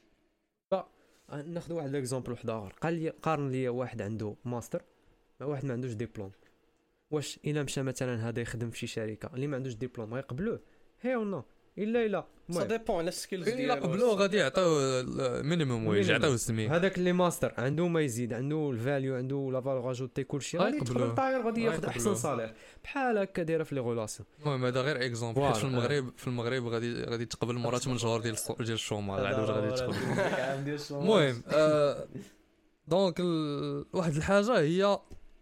ناخذ واحد اكزامبل واحد اخر. قال لي قارن لي واحد عنده ماستر مع واحد ما عندوش ديبلوم. واش الا مشى مثلا هذا يخدم في شي شركه اللي ما عندوش ديبلوم غيقبلوه هي ولا لا الا الا سا ديبون على السكيلز الا ديالو. قبلوا غادي يعطيو مينيموم ويج يعطيو السميه. هذاك اللي ماستر عنده ما يزيد عنده الفاليو عنده لا فالور اجوتي كلشي غادي يدخل طاير غادي ياخذ احسن صالير بحال هكا دايره في لي غولاسيون. المهم هذا غير اكزامبل حيت في المغرب في المغرب غادي غادي تقبل مرات ثمانية شهور ديال ديال الشوماج عاد واش غادي تقبل. المهم دونك واحد الحاجه هي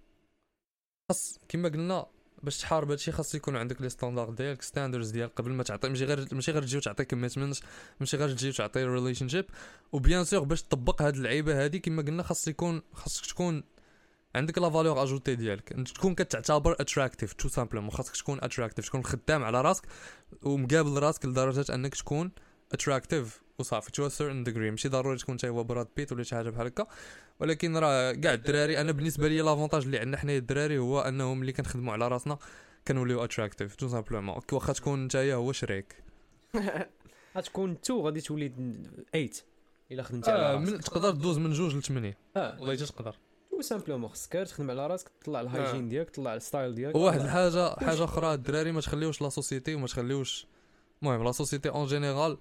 خاص كما قلنا باش تحارب هادشي خاص يكون عندك لي ستاندارد ديالك ستاندردز ديالك قبل ما تعطي ماشي غير ماشي غير تجي وتعطي كوميتمنت ماشي غير تجي وتعطي ريليشن شيب. وبيان سور باش تطبق هاد اللعيبه هادي كما قلنا خاص يكون خاصك تكون عندك لا فالور اجوتي ديالك انت تكون كتعتبر اتراكتيف تو سامبلومون. خاصك تكون اتراكتيف تكون خدام على راسك ومقابل راسك لدرجه انك تكون اتراكتيف وصافي تو سيرتن ديغري. ماشي ضروري تكون حتى هو براد بيت ولا شي حاجه بحال هكا ولكن راه كاع الدراري انا بالنسبه لي لافونتاج اللي عندنا حنايا الدراري هو انهم ملي كنخدموا على راسنا كنوليو اتراكتيف تو سامبلومون. واخا تكون نتايا هو شريك غتكون تو غادي تولي ثمانية الا خدمتي على آه راسك تقدر دوز من جوج ل ثمانية اه والله تقدر تو سامبلومون خصك تخدم على راسك تطلع الهايجين ديالك تطلع الستايل ديالك. وواحد الحاجه حاجه اخرى الدراري ما تخليوش لا سوسيتي وما تخليوش المهم لا سوسيتي اون جينيرال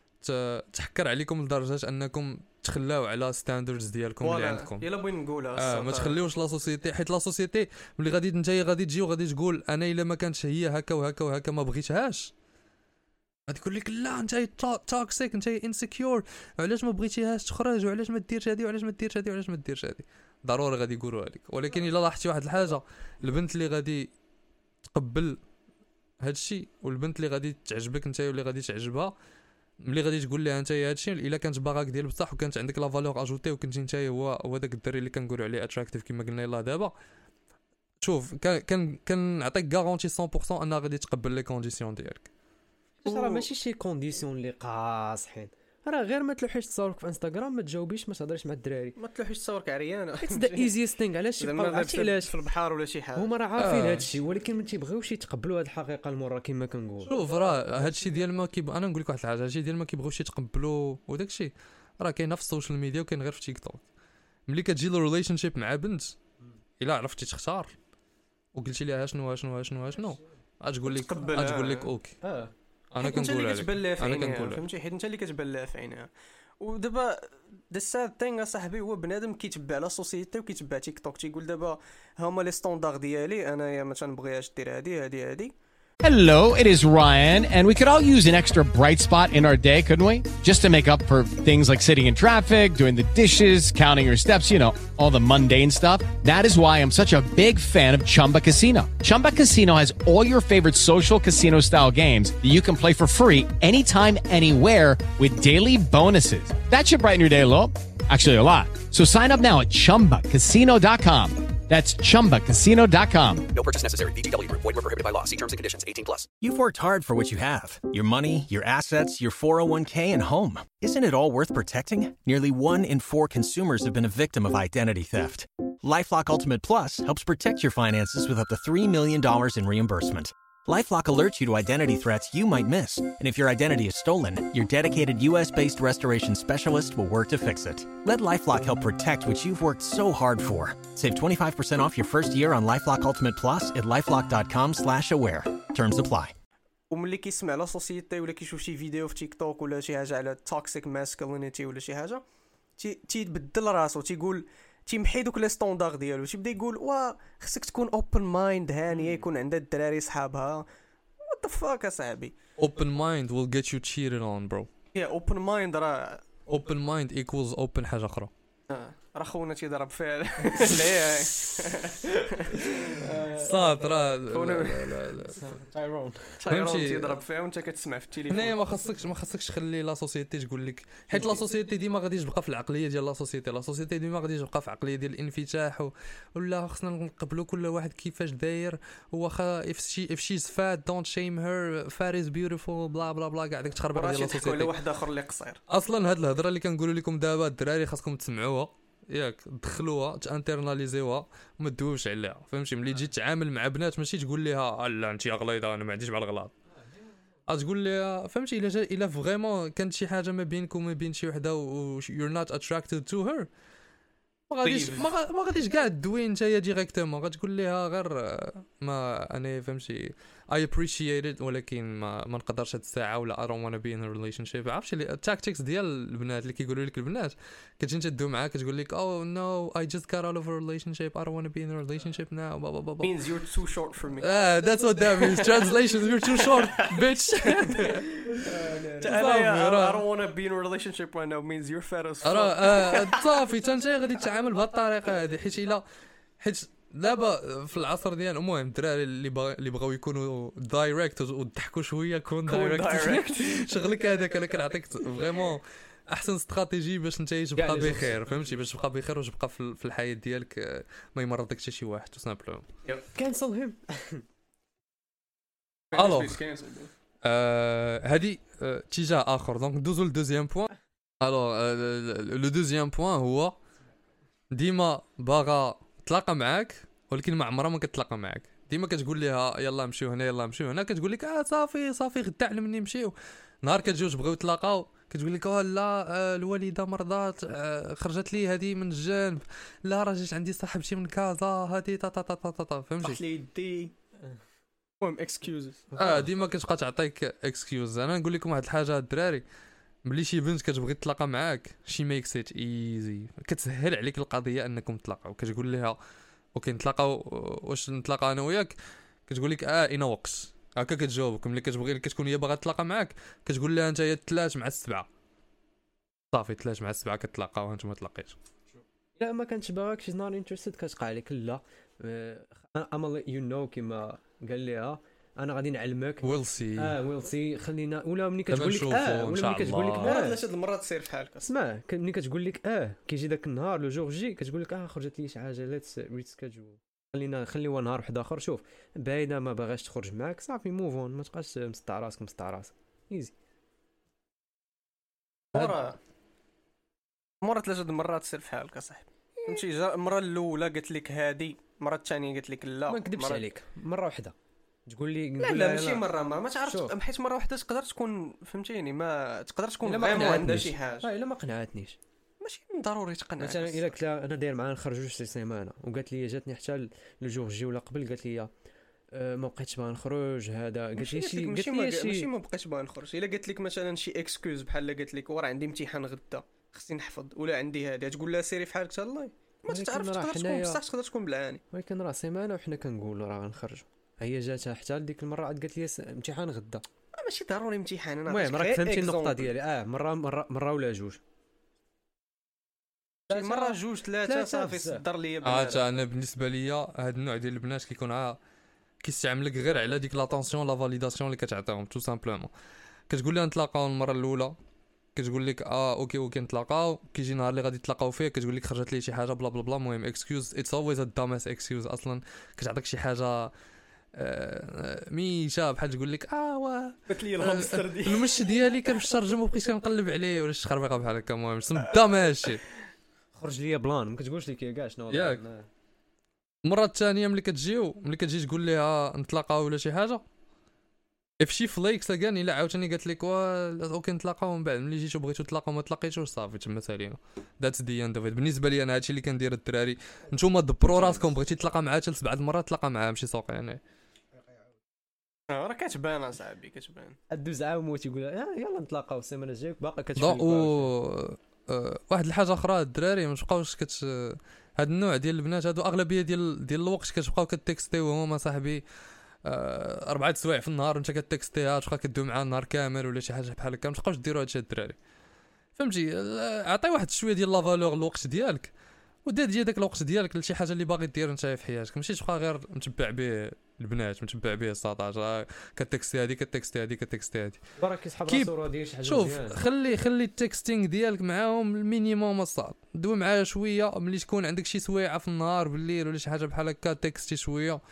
تحكر عليكم لدرجه انكم تخلاو على ستاندردز ديالكم اللي عندكم. يلا بغيت نقولها اه ما تخليوش لا سوسيتي حيت لا سوسيتي ملي غادي نتايا غادي تجي وغادي تقول انا الا ما كانتش هي هكا وهكا وهكا ما بغيتهاش غادي تقول لك لا انت توكسيك انت انسكيور علاش ما بغيتيهاش تخرج وعلاش ما ديرش هذه وعلاش ما ديرش هذه وعلاش ما ديرش هذه. ضروري غادي يقولوا لك. ولكن الا لاحظتي واحد الحاجه البنت اللي غادي تقبل هادشي والبنت اللي غادي تعجبك انت واللي غادي تعجبها ملي غادي تقول لها انت هادشي الا كانت باغاك ديال بصح وكانت عندك لا فالور اجوتي وكنتي انت هو هو داك الدري اللي كنقولوا عليه اتراكتيف كما قلنا يلاه دابا شوف كان كنعطيك غارونتي مية بالمية انها غادي تقبل لي كونديسيون ديالك. راه ماشي شي كونديسيون اللي قاصحين راه غير ما تلوحيش تصاورك في انستغرام ما تجاوبيش ما تهضريش مع الدراري ما تلوحيش تصاورك عريانه اتس ذا ايزيست ثينغ. علاش عرفتي علاش في البحر ولا شي حاجه هما راه عارفين هذا الشيء ولكن ما تيبغيوش يتقبلوا هذه الحقيقه المره كما كنقول. شوف راه هذا الشيء ديال ما كيب انا نقول لك واحد الحاجه هادشي ديال ما كيبغيوش يتقبلوا وداك الشيء راه كاين في السوشيال ميديا وكاين غير في تيك توك. ملي كتجي للريليشن شيب مع بنت الا عرفتي تختار وقلتي لها شنو شنو شنو شنو غتقول لك غتقول لك اوكي اه انا كنقول لك انا كنقول فهمتي حيت انت اللي كتبان لها في عينها. ودابا ذا ساد ثينغ اصاحبي هو بنادم كيتبع لا سوسيتي وكيتبع تيك توك تيقول دابا هما لي ستاندار ديالي انايا ما تنبغيهاش دير هادي هادي هادي. Hello, it is Ryan, and we could all use an extra bright spot in our day, couldn't we? Just to make up for things like sitting in traffic, doing the dishes, counting your steps, you know, all the mundane stuff. That is why I'm such a big fan of Chumba Casino. Chumba Casino has all your favorite social casino-style games that you can play for free anytime, anywhere with daily bonuses. That should brighten your day a little. Actually, a lot. So sign up now at chumba casino dot com. That's chumba casino dot com. No purchase necessary. V G W Group. Void where prohibited by law. See terms and conditions. eighteen plus. You've worked hard for what you have. Your money, your assets, your four oh one k, and home. Isn't it all worth protecting? Nearly one in four consumers have been a victim of identity theft. LifeLock Ultimate Plus helps protect your finances with up to three million dollars in reimbursement. LifeLock alerts you to identity threats you might miss. And if your identity is stolen, your dedicated U S-based restoration specialist will work to fix it. Let LifeLock help protect what you've worked so hard for. Save twenty-five percent off your first year on LifeLock Ultimate Plus at lifelock dot com slash aware. Terms apply. وملي كيسمع لا سوسيتي ولا كيشوف شي فيديو في تيك توك ولا شي حاجه على توكسيك ماسكلينيتي ولا شي حاجه تيبدل راسو تيقول تيمحي دوك لي ستاندار ديالو تيبدا يقول وا خصك تكون اوبن مايند هانيه يكون عندها الدراري صحابها. وات ذا فاك اصاحبي open mind will get you cheated on bro. يا اوبن مايند راه open mind equals open حاجه اخرى. اه راه خونا تيضرب فيها لا صاد راه تايرون تايرون تيضرب فيها وانت كتسمع في التليفون. هنايا ما خاصكش ما خاصكش تخلي لا سوسيتي تقول لك، حيت لا سوسيتي ديما غادي تبقى في العقليه ديال لا سوسيتي لا سوسيتي ديما غادي تبقى في عقليه ديال الانفتاح و... ولا خصنا نقبلوا كل واحد كيفاش داير، واخا اف شي اف شيز فات دونت شيم هير فات از بيوتيفول بلا بلا بلا كاع ديك التخربيق ديال لا تيحكوا على سوسيتي. واحد اخر اللي قصير. اصلا هاد الهضره اللي كنقولوا لكم دابا الدراري خاصكم تسمعوها ياك، تدخلوها تانترناليزيوها وما تدوبش عليها، فهمتي؟ ملي تجي تتعامل مع بنات ماشي تقول لها لا انت غليظه انا ما عنديش مع الغلط، تقول لها فهمتي الا جا الا فريمون كانت شي حاجه ما بينكم وما بين شي وحده و you're not attracted to her ما غاديش ما غا- ما غاديش كاع دوي نتايا ديريكتومون، غتقول لها غير آه، ما انا فهمتي I appreciate it ولكن ما ما نقدرش هاد الساعه ولا I don't wanna be in a relationship. عرفتي التاكتكس ديال البنات اللي كيقولوا لك البنات كتجي انت تدوي معاك كتقول لك oh no I just got out of a relationship I don't wanna be in a relationship now blah blah blah blah. means you're too short for me. Ah, that's what that means. Translation, you're too short, bitch. I don't want to be in a relationship right now means you're fat as fuck. راه آه، صافي حتى انت غادي تتعامل بهذه الطريقه هذه، حيت الا حيت دابا في العصر ديال المهم الدراري اللي بغا اللي بغاو يكونوا دايركت وضحكوا شويه كون دايركت شغلك هذاك. انا كنعطيك فريمون احسن استراتيجي باش انت تبقى بخير، فهمتي؟ باش تبقى بخير وتبقى في في الحياه ديالك آه، ما يمرضك حتى شي واحد تو سامبلومون. كانسل هيم. الوغ هذه اتجاه اخر، دونك ندوزو للدوزيام بوين. الوغ لو دوزيام بوين هو ديما باغا تلاقى معاك ولكن ما عمرها ما كتلاقى معاك، ديما كتقول لها يلا نمشيو هنا يلا نمشيو هنا، كتقول لك اه صافي صافي غدا علمني نمشيو. نهار كتجوج بغيو تلاقاو كتقول لك اه لا آه الوالده مرضات آه خرجت لي هذه من الجنب، لا راه جات عندي صاحبتي من كازا هذه تا تا تا تا تا فهمتي؟ طاحت لي يدي المهم اكسكيوزز. اه ديما كتبقى تعطيك اكسكيوز. انا نقول لكم واحد الحاجه الدراري، بلي شي بنت كتبغي تلاقى معاك شي ميكس ات ايزي، كتسهل عليك القضيه انكم تلاقاو. كتقول لها اوكي نتلاقاو، واش نتلاقى انا وياك؟ كتقول لك اه اين وقت هكا كتجاوبك. ملي كتبغي كتكون هي باغا تلاقى معاك كتقول لها انت الثلاث مع السبعه، صافي الثلاث مع السبعه كتلاقاو وانت ما تلاقيش. لا ما كانش باغاك شي نار انتريستد كتقع عليك لا اما يو نو كيما قال ليها انا غادي نعلمك ويل سي اه ويل سي خلينا. ولا ملي كتقول لك نشوفو اه إن ولا شاء ملي كتقول لك الله. اه علاش هاد المره تصير في حالك؟ اسمع ك- ملي كتقول لك اه كيجي داك النهار لو جور جي كتقول لك اه خرجت لي شي حاجه ليتس ريسكيدجول خلينا خليوها نهار واحد اخر. شوف بعيده ما باغاش تخرج معاك صافي موف اون، ما تبقاش مسطع راسك مسطع راسك ايزي. مره مره ثلاثه د المرات تصير في حالك اصاحبي، فهمتي؟ جا المره الاولى قالت لك هادي، المره الثانيه قالت لك لا، ما نكذبش مرة- عليك مره واحده تقول لي لا لا ماشي مره ما, ما تعرفش، شوف. حيت مره واحده تقدر تكون فهمتيني ما تقدر تكون إلا ما فريمون عندها قنعتنيش. شي حاجه، اه الا ما قنعتنيش ماشي ضروري تقنع. مثلا الا قلت لها انا داير معاها نخرجوا شي سيمانه وقالت لي جاتني حتى لو جور جي ولا قبل قالت لي أه ما بقيتش باغا نخرج هذا قالت لي شي قالت ماشي لي ما شي ماشي ما بقيتش باغا نخرج. الا قالت لك مثلا شي اكسكيوز بحال قالت لك وراه عندي امتحان غدا خصني نحفظ ولا عندي هذه، تقول لها سيري في حالك حتى الله ما ولكن تعرف راه تقدر تكون حنايا- بصح تقدر تكون بالعاني. ولكن راه سيمانه وحنا كنقولوا راه غنخرجوا، هي جاتها حتى لديك المره عاد قالت لي س- امتحان غدا. آه، ماشي ضروري امتحان. انا المهم عطيتك راك غير فهمتي النقطه example. ديالي اه مره مره مره ولا جوج شي مره جوج ثلاثه ثلاثة صافي بزاف. صدر لي اه بنادم. تا انا بالنسبه ليا هاد النوع ديال البنات كيكون ع كيستعملك غير على ديك لاتونسيون لا فاليداسيون اللي كتعطيهم تو سامبلومون. كتقول لها نتلاقاو المره الاولى كتقول لك اه اوكي اوكي نتلاقاو، كيجي نهار اللي غادي تلاقاو فيه كتقول لك خرجت لي شي حاجه بلا بلا بلا. المهم اكسكيوز اتس اولويز ا دامس اكسكيوز، اصلا كتعطيك شي حاجه آه ميشا بحال تقول لك اه وا قلت لي الهامستر ديالي المش ديالي كان في الشرجم وبقيت كنقلب عليه ولا شي خربيقه بحال هكا. المهم صدام هادشي. خرج لي بلان ما كتقولش لي كاع شنو ياك. آه. المره الثانيه ملي كتجيو ملي كتجي تقول لها نتلاقاو ولا شي حاجه اف شي فليكس لكان الا عاوتاني قالت لك وا اوكي نتلاقاو من بعد ملي جيتو بغيتو تلاقاو ما تلاقيتوش صافي تما سالينا. ذاتس دي اند بالنسبه لي انا هادشي اللي كندير الدراري. نتوما دبروا راسكم بغيتي تلاقى معها حتى لسبعه المرات تلاقى معها ماشي سوق يعني. آه، راه كتبان اصاحبي كتبان. ادوز عام موت يقول آه يلا نتلاقاو السيمانه الجايه باقا كتشوف دونك و آه، واحد الحاجه اخرى الدراري ما تبقاوش كت هاد النوع ديال البنات هادو اغلبيه ديال ديال الوقت كتبقاو كتكستيو هما صاحبي آه، اربعه سوايع في النهار وانت كتكستيها تبقى كدوي معاه النهار كامل ولا شي حاجه بحال هكا. ما تبقاوش ديروا هادشي الدراري فهمتي. عطي واحد شويه ديال لا فالور الوقت ديالك ودير ديال داك الوقت ديالك لشي حاجه اللي باغي دير انت في حياتك، ماشي تبقى غير متبع به البنات، متبع به السطاج، كتكستي هذه كتكستي هذه كتكستي هذه برك كيسحب كيب- راسو راه داير شي حاجه شوف مزيانة. خلي خلي التكستينغ ديالك معاهم المينيموم الصاد، دوي معايا شويه ملي تكون عندك شي سويعه في النهار بالليل ولا شي حاجه بحال هكا تكستي شويه،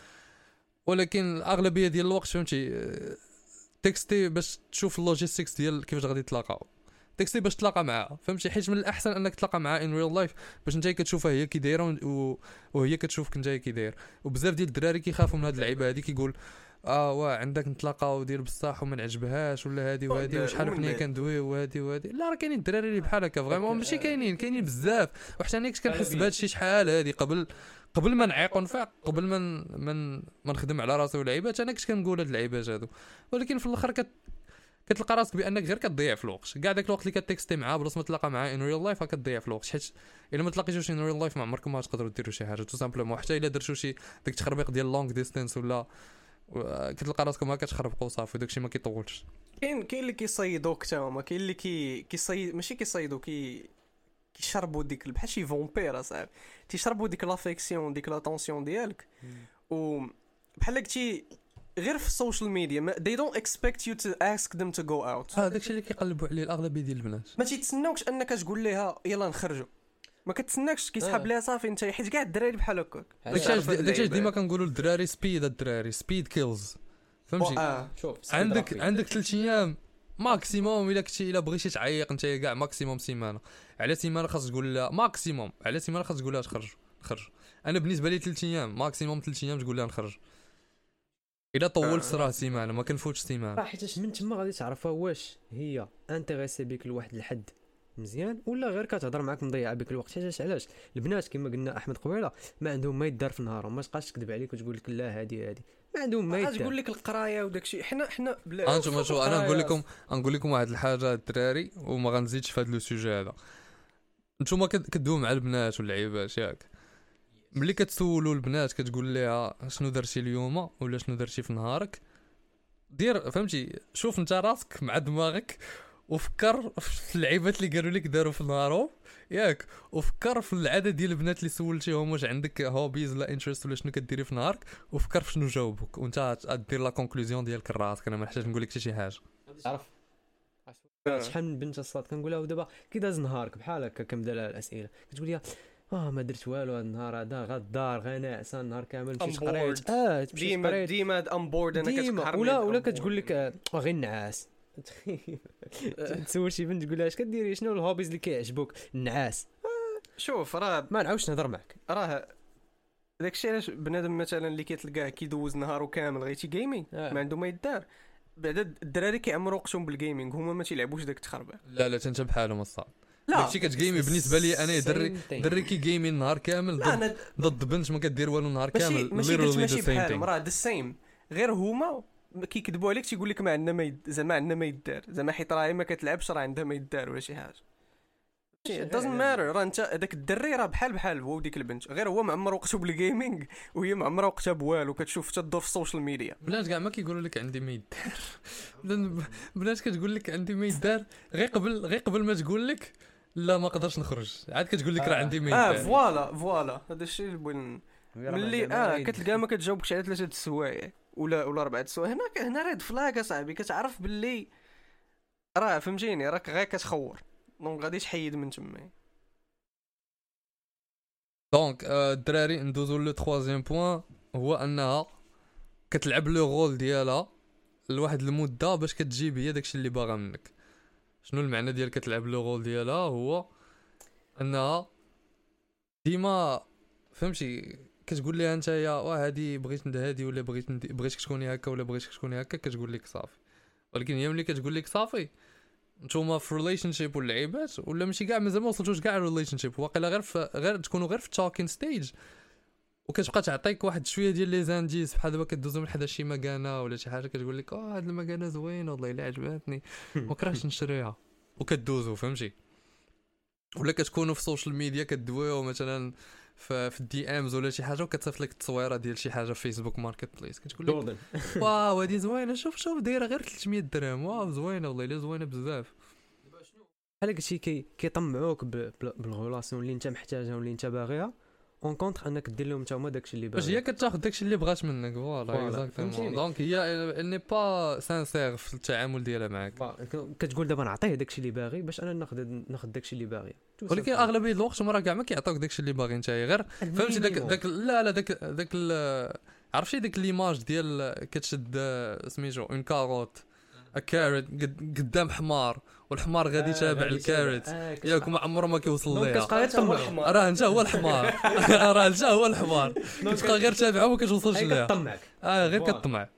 ولكن الاغلبيه ديال الوقت فهمتي آه، تكستي باش تشوف اللوجيستيكس ديال كيفاش غادي تلاقاو، تكستي باش تلاقى معاها فهمتي، حيت من الاحسن انك تلاقى معاها ان ريل لايف باش نتايا كتشوفها هي كي دايره و- وهي كتشوفك نتايا كي داير. وبزاف ديال الدراري كيخافوا من هاد اللعيبه هادي، كيقول اه واه عندك نتلاقاو دير بصح وما نعجبهاش ولا هادي وهادي وشحال حنا كندوي وهادي وهادي، لا راه كاينين الدراري اللي بحال هكا فريمون ماشي كاينين، كاينين بزاف، وحتى انا كنت كنحس بهذا الشيء شحال هادي قبل قبل ما نعيق ونفيق، قبل ما من ما نخدم على راسي واللعيبات، انا كنت كنقول هاد اللعيبات هادو، ولكن في الاخر كت كتلقى راسك بانك غير كتضيع في الوقت، كاع داك الوقت اللي كتكستي معاه بلاص ما تلاقى معاه ان ريل لايف كتضيع في الوقت، حيت الا ما تلاقيتوش ان ريل لايف ما عمركم ما تقدروا ديروا شي حاجه تو سامبلومون، حتى الا درتو شي داك التخربيق ديال لونغ ديستانس ولا و- كتلقى راسكم هكا تخربقوا صافي داكشي ما كيطولش. كاين كاين اللي كيصيدوك حتى هما، كاين اللي كي كيصيد ماشي كيصيدو كي كيشربوا ديك بحال شي فامبير اصاحبي، تيشربوا ديك لافيكسيون ديك لاتونسيون ديالك، و بحال قلتي غير في السوشيال ميديا they don't expect you to ask them to go out. اه داكشي اللي كيقلبوا عليه الاغلبيه ديال البنات، ما تيتسناوكش انك تقول لها يلا نخرجوا، ما كتسناكش كيسحب آه. ليها صافي انت، حيت كاع الدراري بحال هكاك. داكشي علاش- داكشي علاش ديما كنقولوا للدراري سبيد، الدراري سبيد كيلز فهمتي، اه شوف عندك عندك ثلاث ايام ماكسيموم، الا كنتي الا بغيتي تعيق انت كاع ماكسيموم سيمانه، على سيمانه خاص تقول لها ماكسيموم، على سيمانه خاص تقول لها تخرج خرج. انا بالنسبه لي ثلاث ايام ماكسيموم، ثلاث ايام تقول لها نخرج، الا طولت راه سيمانه ما كنفوتش سيمانه. راه حيتاش من تما غادي تعرفها واش هي انتريسي بك لواحد الحد مزيان ولا غير كتهضر معاك مضيعه بك الوقت. حيتاش علاش البنات كما قلنا احمد قبيله ما عندهم ما يدار في نهارهم، ما تبقاش تكذب عليك وتقول لك لا هادي هادي ما عندهم ما يدار. تقول لك القرايه وداكشي، حنا حنا بلا انتم شو انا نقول لكم نقول لكم واحد الحاجه الدراري وما غنزيدش في هذا لو سوجي هذا، نتوما كدويو مع البنات واللعيبات ياك، ملي كتسولوا البنات كتقول لها شنو درتي اليوم ولا شنو درتي في نهارك، دير فهمتي شوف انت راسك مع دماغك وفكر في اللعيبات اللي قالوا لك داروا في نهارهم ياك، وفكر في العدد ديال البنات اللي سولتيهم واش عندك هوبيز ولا انترست ولا شنو كديري في نهارك، وفكر في شنو جاوبوك، وانت غادير لا كونكلوزيون ديالك راسك. انا ما نحتاج نقول لك حتى شي حاجه. تعرف شحال من بنت الصاد كنقولها ودابا كي داز نهارك بحال هكا كنبدا لها الاسئله كتقول لي اه ما درت والو هذا النهار هذا غدار غير ناعسه النهار كامل مشيت قريت اه تمشي ديما قريت ديما ام بورد انا ديما كتقهرني ولا ولا كتقول لك آه غير النعاس تسول شي بنت تقول لها اش كديري شنو الهوبيز اللي كيعجبوك النعاس. شوف راه ما نعاودش نهضر معك راه داكشي علاش بنادم مثلا اللي كيتلقاه كيدوز نهارو كامل غير تي جيمين آه. ما عنده ما يدار، بعدا الدراري كيعمروا وقتهم بالجيمنج هما ما تيلعبوش داك التخربيق. لا لا انت بحالهم الصاد، لا داكشي كتجيمي بالنسبه لي انا دري Same thing. دري كي جيمي النهار كامل لا ضد, انا ضد بنت ما كدير والو النهار ماشي كامل ماشي literally كتمشي the same بحالهم thing. راه ذا سيم، غير هما كيكذبوا عليك تيقول لك ما عندنا ما يد... زعما عندنا ما يدار، زعما حيت راهي ما كتلعبش راه عندها ما يدار ولا شي حاجه. it doesn't matter، راه انت هذاك الدري راه بحال بحال هو وديك البنت، غير هو معمر وقته بالجيمنج وهي معمره وقتها بوالو، كتشوف تدور في السوشيال ميديا. بنات كاع ما كيقولوا لك عندي ما يدار بنات كتقول لك عندي ما يدار غير قبل غير قبل ما تقول لك لا ما قدرش نخرج، عاد كتقول لك راه عندي ما اه يدار. فوالا فوالا هذا الشيء اللي بغينا ملي اه كتلقى ما كتجاوبكش على ثلاثه السوايع ولا ولا اربعه السوايع، هنا هنا ريد فلاغ اصاحبي، كتعرف باللي راه فهمتيني راك غير كتخور، دونك غادي تحيد من تما. دونك آه، الدراري ندوزو لو تخوازيام بوين، هو انها كتلعب لو رول ديالها لواحد المده باش كتجيب هي داكشي اللي باغا منك. شنو المعنى ديال كتلعب لو رول ديالها؟ هو انها ديما فهمتي كتقول لها نتايا واه هادي بغيت ند هادي ولا بغيت ند... بغيتك تكوني هكا ولا بغيتك تكوني هكا، كتقول لك صافي. ولكن هي ملي كتقول لك صافي نتوما في ريليشن شيب واللعيبات ولا ماشي كاع مازال ما وصلتوش كاع ريليشن شيب، واقيلا غير في غير تكونوا غير في التوكين ستيج، وكتبقى تعطيك واحد شويه ديال لي زانديس بحال دابا كدوزو من حدا شي مكانه ولا شي حاجه كتقول لك اه هاد المكانه زوينه والله الا عجباتني ما كرهتش نشريها، وكدوزو فهمتي. ولا كتكونوا في السوشيال ميديا كدويو مثلا في في الدي امز ولا شي حاجه وكتصيفط لك التصويره ديال شي حاجه في فيسبوك ماركت بليس، كتقول لك جوردن واو هادي زوينه، شوف شوف دايره غير ثلاثمية درهم، واو زوينه والله الا زوينه بزاف. بحال هكا شي كي كيطمعوك بالغولاسيون اللي انت محتاجها واللي انت باغيها اون كونتر انك دير لهم حتى داكشي اللي باغي باش هي كتاخذ داكشي اللي بغات منك. فوالا اكزاكتومون. دونك هي ال ني با سانسير في التعامل ديالها معاك. كتقول دابا نعطيه داكشي اللي باغي باش انا ناخذ ناخذ داكشي اللي باغي. ولكن اغلبيه الوقت مرة كاع ما كيعطوك داكشي اللي باغي نتايا، غير فهمتي داك داك لا لا داك داك عرفتي ديك ليماج ديال كتشد سميتو اون كاروت الكارت قدام حمار والحمار غادي يتابع الكارت ياك ما عمره ما كيوصل ليها. راه انت هو الحمار راه انت هو الحمار كتبقى غير تابعه وما كتوصلش ليها. اه غير كطمع.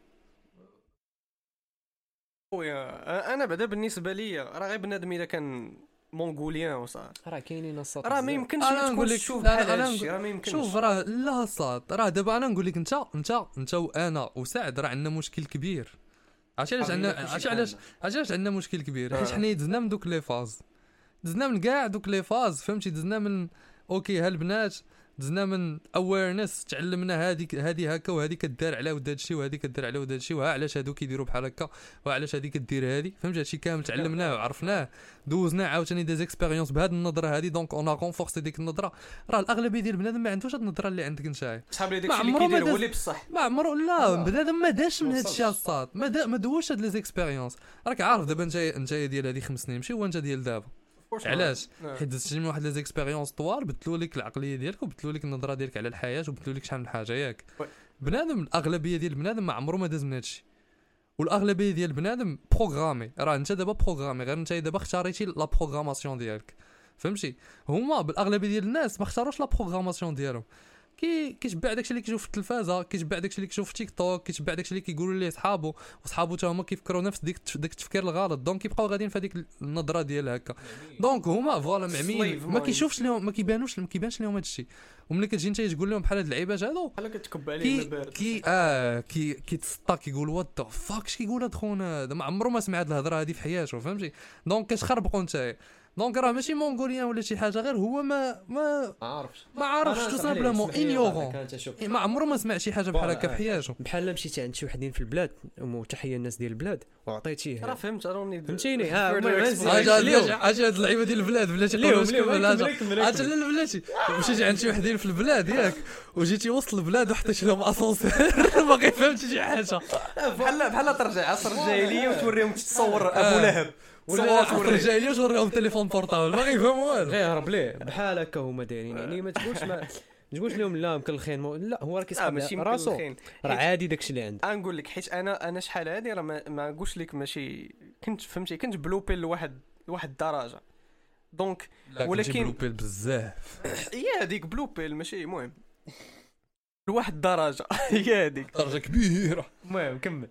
خويا انا بعدا بالنسبه لي راه غير بنادم الا كان مونغوليان وصافي راه كاينين الصوت راه ما يمكنش نقول لك شوف بحال هادشي راه ما يمكنش. شوف راه لا صاد راه دابا انا نقول لك انت انت انت وانا وسعد راه عندنا مشكل كبير. عرفتي علاش عندنا عرفتي علاش علاش عندنا مشكل كبير؟ حيت حنا دزنا من دوك لي فاز دزنا من كاع دوك لي فاز فهمتي. دزنا من اوكي هالبنات دزنا من اويرنس تعلمنا هذه هذه هكا وهذه كدار على ود هادشي وهذه كدار على ود هادشي وها علاش هادو كيديروا بحال هكا وعلاش هذه كدير هذه فهمتي. هادشي كامل تعلمناه وعرفناه دوزنا عاوتاني دي زيكسبيريونس بهذه النظره هذه. دونك اون ا كونفورسي ديك النظره. راه الاغلبيه ديال البنادم ما عندوش هاد النظره اللي عندك نتايا. صحاب لي داكشي اللي كيدير هو اللي بصح ما عمرو لا بنادم ما داش من هادشي الصاد ما دا ما دوش هاد لي زيكسبيريونس. راك عارف دابا انت انت ديال هذه خمس سنين ماشي هو انت ديال دابا. علاش؟ حيت دزتي من واحد لي زيكسبيريونس طوال بدلوا لك العقليه ديالك وبدلوا لك النظره ديالك على الحياه وبدلوا لك شحال من حاجه ياك. بنادم الاغلبيه ديال البنادم ما عمره ما داز من هادشي والاغلبيه ديال البنادم بروغرامي. راه انت دابا بروغرامي غير انت دابا اختاريتي لا بروغراماسيون ديالك فهمتي. هما بالاغلبيه ديال الناس ما اختاروش لا بروغراماسيون ديالهم. كي كيتبع داكشي اللي كيشوف في التلفازه كيتبع داكشي اللي كيشوف في تيك توك كيتبع داكشي اللي كيقولوا ليه صحابو وصحابو حتى هما كيفكروا نفس ديك داك التفكير الغلط. دونك كيبقاو غاديين في هذيك النظره ديال هكا. دونك هما فوالا معميين ما كيشوفش لهم ما كيبانوش ما كيبانش لهم هادشي. وملي كتجي انت تقول لهم بحال هاد اللعيبات هادو بحال كتكب عليهم بارد كي اه كي كيتسطا كيقول وات ذا فاك اش كيقول هاد خونا هذا ما عمره ما سمع هاد الهضره هادي في حياته فهمتي. دونك كتخربقوا نتايا. دونك راه ماشي مونغوليان ولا شي حاجه غير هو ما ما عارفش ما عارفش تو سامبلومون انيورون ما عمره ما سمع شي حاجه بحال هكا في حياته. بحال مشيتي عند شي وحدين في البلاد وتحيه الناس ديال البلاد وعطيتيه راه فهمت راني فهمتيني ها اجي هاد اللعيبه ديال البلاد بلاتي عرفتي لا بلاتي مشيتي عند شي وحدين في البلاد ياك وجيتي وسط البلاد وحطيت لهم اسانسير باقي فهمتي شي حاجه بحال بحال ترجع عصر الجاهليه وتوريهم تتصور ابو لهب ولا الجاهليه وتوريهم تليفون بورطابل ما كيفهموا والو غير هرب ليه بحال هكا هما دايرين. يعني ما تقولش ما تقولش لهم لا مكلخين لا هو راه كيسحب راسو راه عادي داكشي اللي عنده. نقول لك حيت انا انا شحال هادي راه ما نقولش لك ماشي كنت فهمتي كنت بلوبي لواحد لواحد الدرجه. دونك ولكن بلوبي بزاف هي هذيك بلوبي ماشي المهم لواحد الدرجه هي هذيك درجه كبيره. المهم كمل.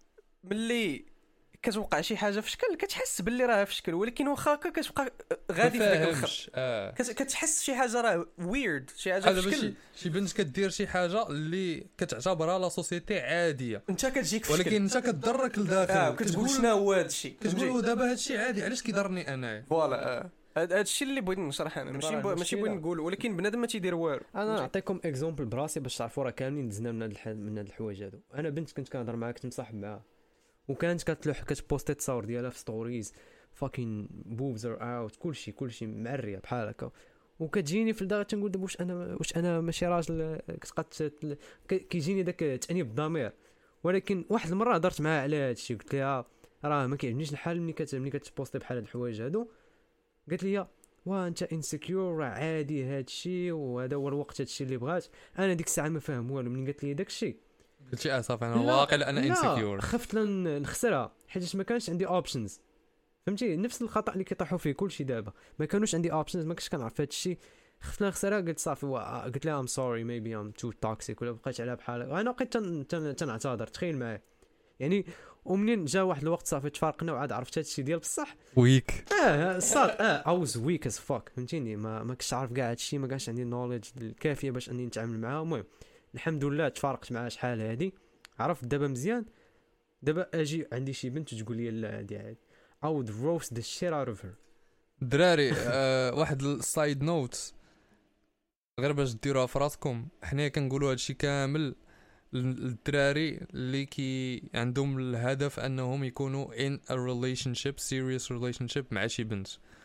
ملي كتوقع شي حاجه في شكل كتحس باللي راه في شكل ولكن واخا هكا كتبقى غادي في داك الخط آه. كتحس شي حاجه راه ويرد شي حاجه في شكل شي بنت كدير شي حاجه اللي كتعتبرها لا سوسيتي عاديه انت كتجيك في ولكن انت كتضرك لداخل آه. كتقول شنو هو هذا الشيء كتقول دابا هذا الشيء عادي علاش كيضرني انا فوالا آه. هذا الشيء اللي بغيت نشرح انا ماشي ماشي بغيت نقول ولكن بنادم ما تيدير والو. انا نعطيكم اكزومبل براسي باش تعرفوا راه كاملين دزنا من هاد من هاد الحوايج هادو. انا بنت كنت كنهضر معاها كنت مصاحب معاها وكانت كتلوح كتبوستي تصاور ديالها في ستوريز فاكين بوبز ار اوت كلشي كلشي معريه بحال هكا وكتجيني في الدار تنقول دابا واش انا واش انا ماشي راجل كتبقى كيجيني داك التانيب الضمير. ولكن واحد المره هضرت معاها على هذا الشيء قلت لها راه ما كيعجبنيش الحال ملي كت ملي كتبوستي بحال هاد الحوايج هادو. قالت لي وا انت انسكيور راه عادي هذا الشيء وهذا هو الوقت هذا الشيء اللي بغات. انا ديك الساعه ما فاهم والو ملي قالت لي داك الشيء قلتي اسف انا واقع انا انسكيور خفت نخسرها حيت ما كانش عندي اوبشنز فهمتي. نفس الخطا اللي كيطيحوا فيه كلشي دابا ما كانوش عندي اوبشنز ما كنتش كنعرف هذا الشيء خفت نخسرها. قلت صافي قلت لها ام سوري ميبي ام تو توكسيك ولا بقيت عليها بحال انا بقيت تنعتذر تخيل معايا يعني. ومنين جا واحد الوقت صافي تفارقنا وعاد عرفت هذا الشيء ديال بصح ويك اه صاد اه اوز ويك از فاك فهمتيني. ما ما كنتش عارف كاع هذا الشيء ما كانش عندي نوليدج الكافيه باش اني نتعامل معاه. المهم الحمد لله تفارقت معها شحال هادي عرفت دابا مزيان. دابا اجي عندي شي بنت تقول لي لا عادي عادي I would roast the shit out of her. دراري آه واحد السايد نوت غير باش ديروها في راسكم. حنا كنقولوا هادشي كامل للدراري اللي كي عندهم الهدف انهم يكونوا in a relationship serious relationship مع شي بنت.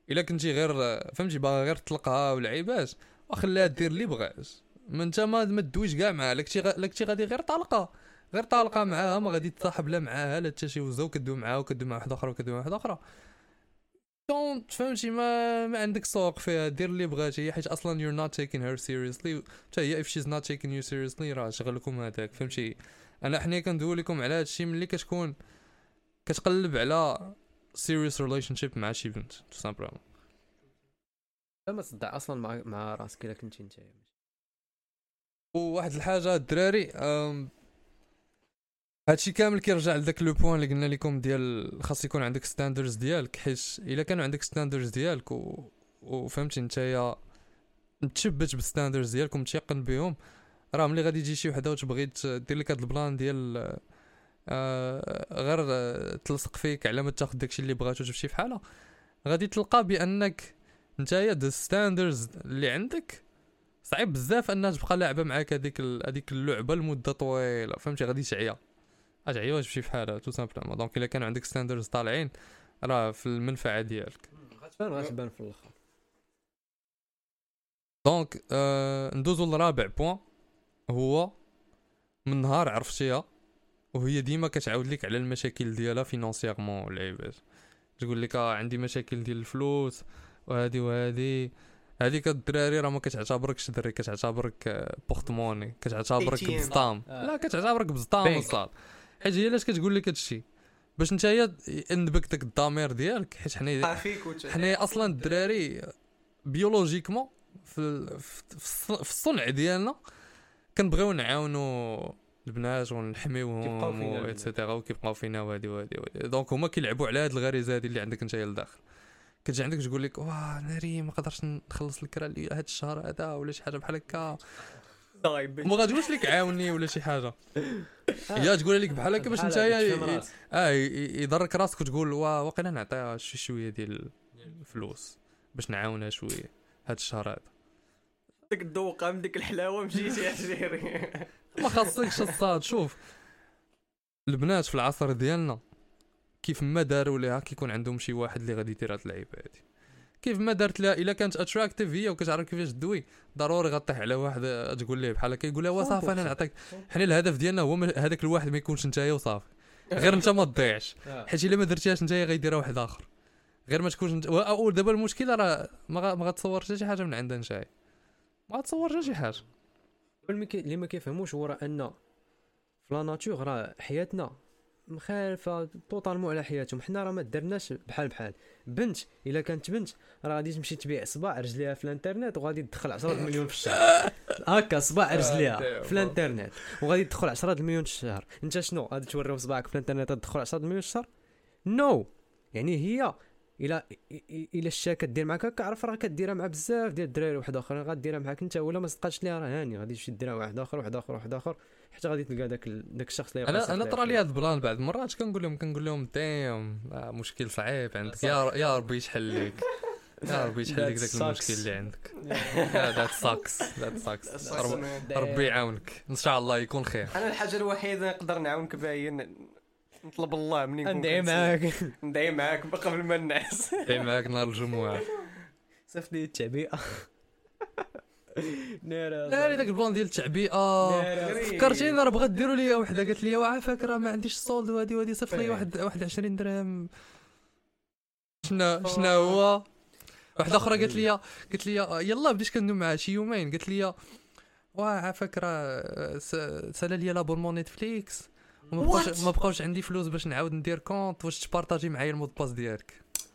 الا كنتي غير فهمتي باغي غير تطلقها ولعيبات وخليها دير اللي بغات، ما انت ما ما تدويش كاع معها. لا كنتي لا كنتي غادي غير طالقه غير طالقه معاها، ما غادي تصاحب لا معاها لا حتى شي وزه، وكدوي معاها وكدوي مع واحده اخرى وكدوي مع واحده اخرى. دونت فهمتي ما ما عندك سوق فيها، دير اللي بغاتي، حيت اصلا you're not taking her seriously حتى هي if she's not taking you seriously راه شغلكم هذاك. فهمتي انا حنا كندوي لكم على هادشي ملي كتكون كتقلب على serious relationship مع شي بنت تو سامبلومون. ما تصدع اصلا مع مع راسك الا كنتي انت. وواحد الحاجه الدراري، هادشي كامل كيرجع لذاك لو بوين اللي قلنا لكم ديال خاص يكون عندك ستاندرز ديالك، حيت الا كانوا عندك ستاندرز ديالك و... وفهمتي نتايا متشبت بالستاندرز ديالك ومتيقن بهم، راه ملي غادي تجي شي وحده وتبغي دير لك هاد البلان ديال آه غير تلصق فيك على ما تاخذ داكشي اللي بغاتو تمشي فحالها، غادي تلقى بانك نتايا د ستاندرز اللي عندك صعيب بزاف انها تبقى لاعبه معاك هذيك هذيك اللعبه لمده طويله. فهمتي غادي تعيا اجعي واش تمشي فحالها تو سامبلومون. دونك الا كان عندك ستاندرز طالعين راه في المنفعه ديالك غتبان غتبان في الاخر. دونك آه ندوزو للرابع بوين، هو من نهار عرفتيها وهي ديما كتعاود لك على المشاكل ديالها فينانسيغمون والعيبات، تقول لك آه عندي مشاكل ديال الفلوس وهذه وهذه. هذيك الدراري راه ما كتعتبركش دري، كتعتبرك بورتموني، كتعتبرك بسطام. لا كتعتبرك بسطام وصال، حيت هي علاش كتقول لك هادشي باش نتايا ينبك داك الضمير ديالك. حيت حنا حنا اصلا الدراري بيولوجيكمون في في الصنع ديالنا كنبغيو نعاونوا البنات ونحميوهم ايتترا وكيبقاو فينا وهادي وهادي. دونك هما كيلعبوا على هاد الغريزه هادي اللي عندك نتايا لداخل. كتجي عندك تقول لك واه ناري ما قدرتش نخلص الكرا اللي هاد الشهر هذا ولا شي حاجه بحال هكا، ما غاديوش لك عاوني ولا شي حاجه. هي تقول لك بحال هكا باش نتايا اه يضرك راسك وتقول واه واقيلا نعطيها شي شويه ديال الفلوس باش نعاونها شويه هاد الشهر هذا. ديك الذوقه من ديك الحلاوه مشيتي عشيري. ما خاصكش الصاد. شوف البنات في العصر ديالنا كيف ما داروا ليها كيكون عندهم شي واحد اللي غادي يدير هاد اللعيبه هادي، كيف ما دارت لها الا كانت اتراكتيف هي وكتعرف كيفاش تدوي ضروري غطيح على واحد تقول ليه بحال هكا يقول لها وصافي انا نعطيك. حنا الهدف ديالنا هو هذاك الواحد ما يكونش نتايا وصافي، غير انت ما تضيعش، حيت الا ما درتيهاش نتايا غيديرها واحد اخر، غير ما تكونش انت. او دابا المشكله راه ما غتصور حتى شي حاجه من عندها نتايا، ما غتصور حتى شي حاجه. اللي ما كيفهموش هو راه ان في لا ناتور راه حياتنا مخالفه توتالمون على حياتهم. حنا راه ما درناش بحال بحال بنت. الا كانت بنت راه غادي تمشي تبيع صباع رجليها في الانترنت وغادي تدخل عشرة مليون في الشهر هكا صباع رجليها في الانترنت وغادي تدخل عشرة مليون في الشهر. انت شنو غادي توريو صباعك في الانترنت تدخل عشرة مليون في الشهر؟ نو no. يعني هي الا الا الشا كدير معاك هكا عرف راه كديرها مع بزاف ديال الدراري واحد اخرين غاديرها معاك انت، ولا ما صدقاتش ليها راه هاني غادي تمشي ديرها واحد اخر واحد اخر واحد اخر حتى غادي تلقى داك داك الشخص اللي انا انا طرا لي هذا البلان بعض المرات كنقول لهم كنقول لهم دايم مشكل صعيب عندك، يا يا ربي يشحل لك يا ربي يشحل لك داك المشكل اللي عندك. ذات ساكس ذات ساكس ربي يعاونك ان شاء الله يكون خير. انا الحاجه الوحيده نقدر نعاونك بها هي نطلب الله منين نكون ندعي معاك ندعي معاك قبل ما الناس ندعي معاك نهار الجمعه صيفط لي التعبئه. ناري ناري داك البلان ديال التعبئه فكرتيني راه بغات ديروا لي وحده قالت لي واه فاكره ما عنديش الصولد وهادي وهادي صيفط لي واحد واحد عشرين درهم. شنو شنو هو واحده اخرى قالت لي قالت لي يلا بديت كندوي معها شي يومين قالت لي واه فاكره سالا لي لابورمون نتفليكس وما بقاوش ما بقاوش عندي فلوس باش نعاود ندير كونط، واش تبارطاجي معايا المود باس ديالك؟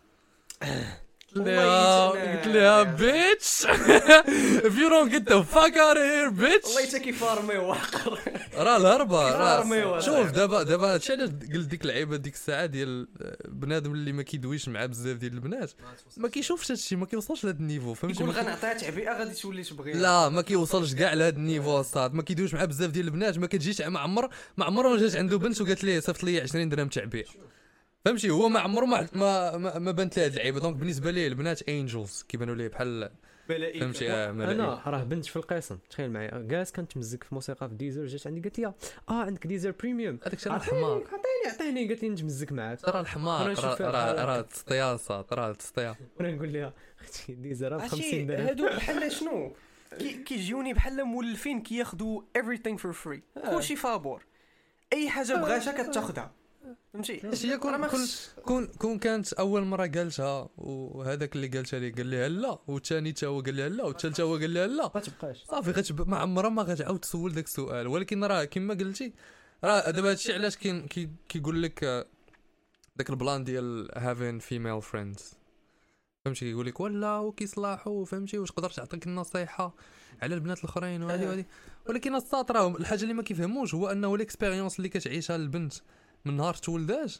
قلت لها بيتش if you don't get the fuck out of here bitch. والله حتى كيفارمي واقر راه الهربه راه. شوف دابا دابا هادشي علاش قلت ديك اللعيبه ديك الساعه ديال بنادم اللي ما كيدويش مع بزاف ديال البنات ما كيشوفش هادشي، ما كيوصلش لهاد النيفو. فهمتي يقول غنعطيها تعبئه غادي تولي تبغي، لا ما كيوصلش كاع لهاد النيفو الصاد. ما كيدويش مع بزاف ديال البنات، ما كتجيش مع عمر ما عمره ما جات عنده بنت وقالت ليه صيفط لي عشرين درهم تعبئه. فهمتي هو ما عمره ما ما, ما بانت له هاد اللعيبه. دونك بالنسبه ليه البنات انجلز كيبانوا ليه بحال فهمتي؟ اه انا ملائكه. راه بنت في القسم، تخيل معايا جالس كنت مزك في موسيقى في ديزر، جات عندي قالت لي اه عندك ديزر بريميوم، هذاك الشيء راه الحمار، عطيني عطيني قالت لي نتمزك معاك، راه الحمار، أنا نشوف راه فيها راه بحال راه تسطياصات، راه تسطيا. وانا نقول لها اختي ديزر ب عرفتي خمسين درهم. هادو بحال شنو كي- كيجيوني بحال مولفين كياخذوا everything for free، كلشي فابور، اي حاجه بغاتها كتاخذها، فهمتي؟ اش هي كون كون كون كون كانت اول مره قالتها وهذاك اللي قالتها لي قال لها لا، والثاني حتى هو قال لها لا، والثالث هو قال لها لا، ما تبقاش صافي غتب ما عمرها ما غتعاود تسول داك السؤال. ولكن راه كما قلتي راه دابا هادشي علاش كاين كي كيقول لك آه، داك البلان ديال having female friends، فهمتي؟ كيقول لك ولا وكيصلاحوا، فهمتي؟ واش تقدر تعطيك النصيحه على البنات الاخرين وهذه وهذه. ولكن الساط راه الحاجه اللي ما كيفهموش هو انه الاكسبيريونس اللي كتعيشها البنت من نهار تولدات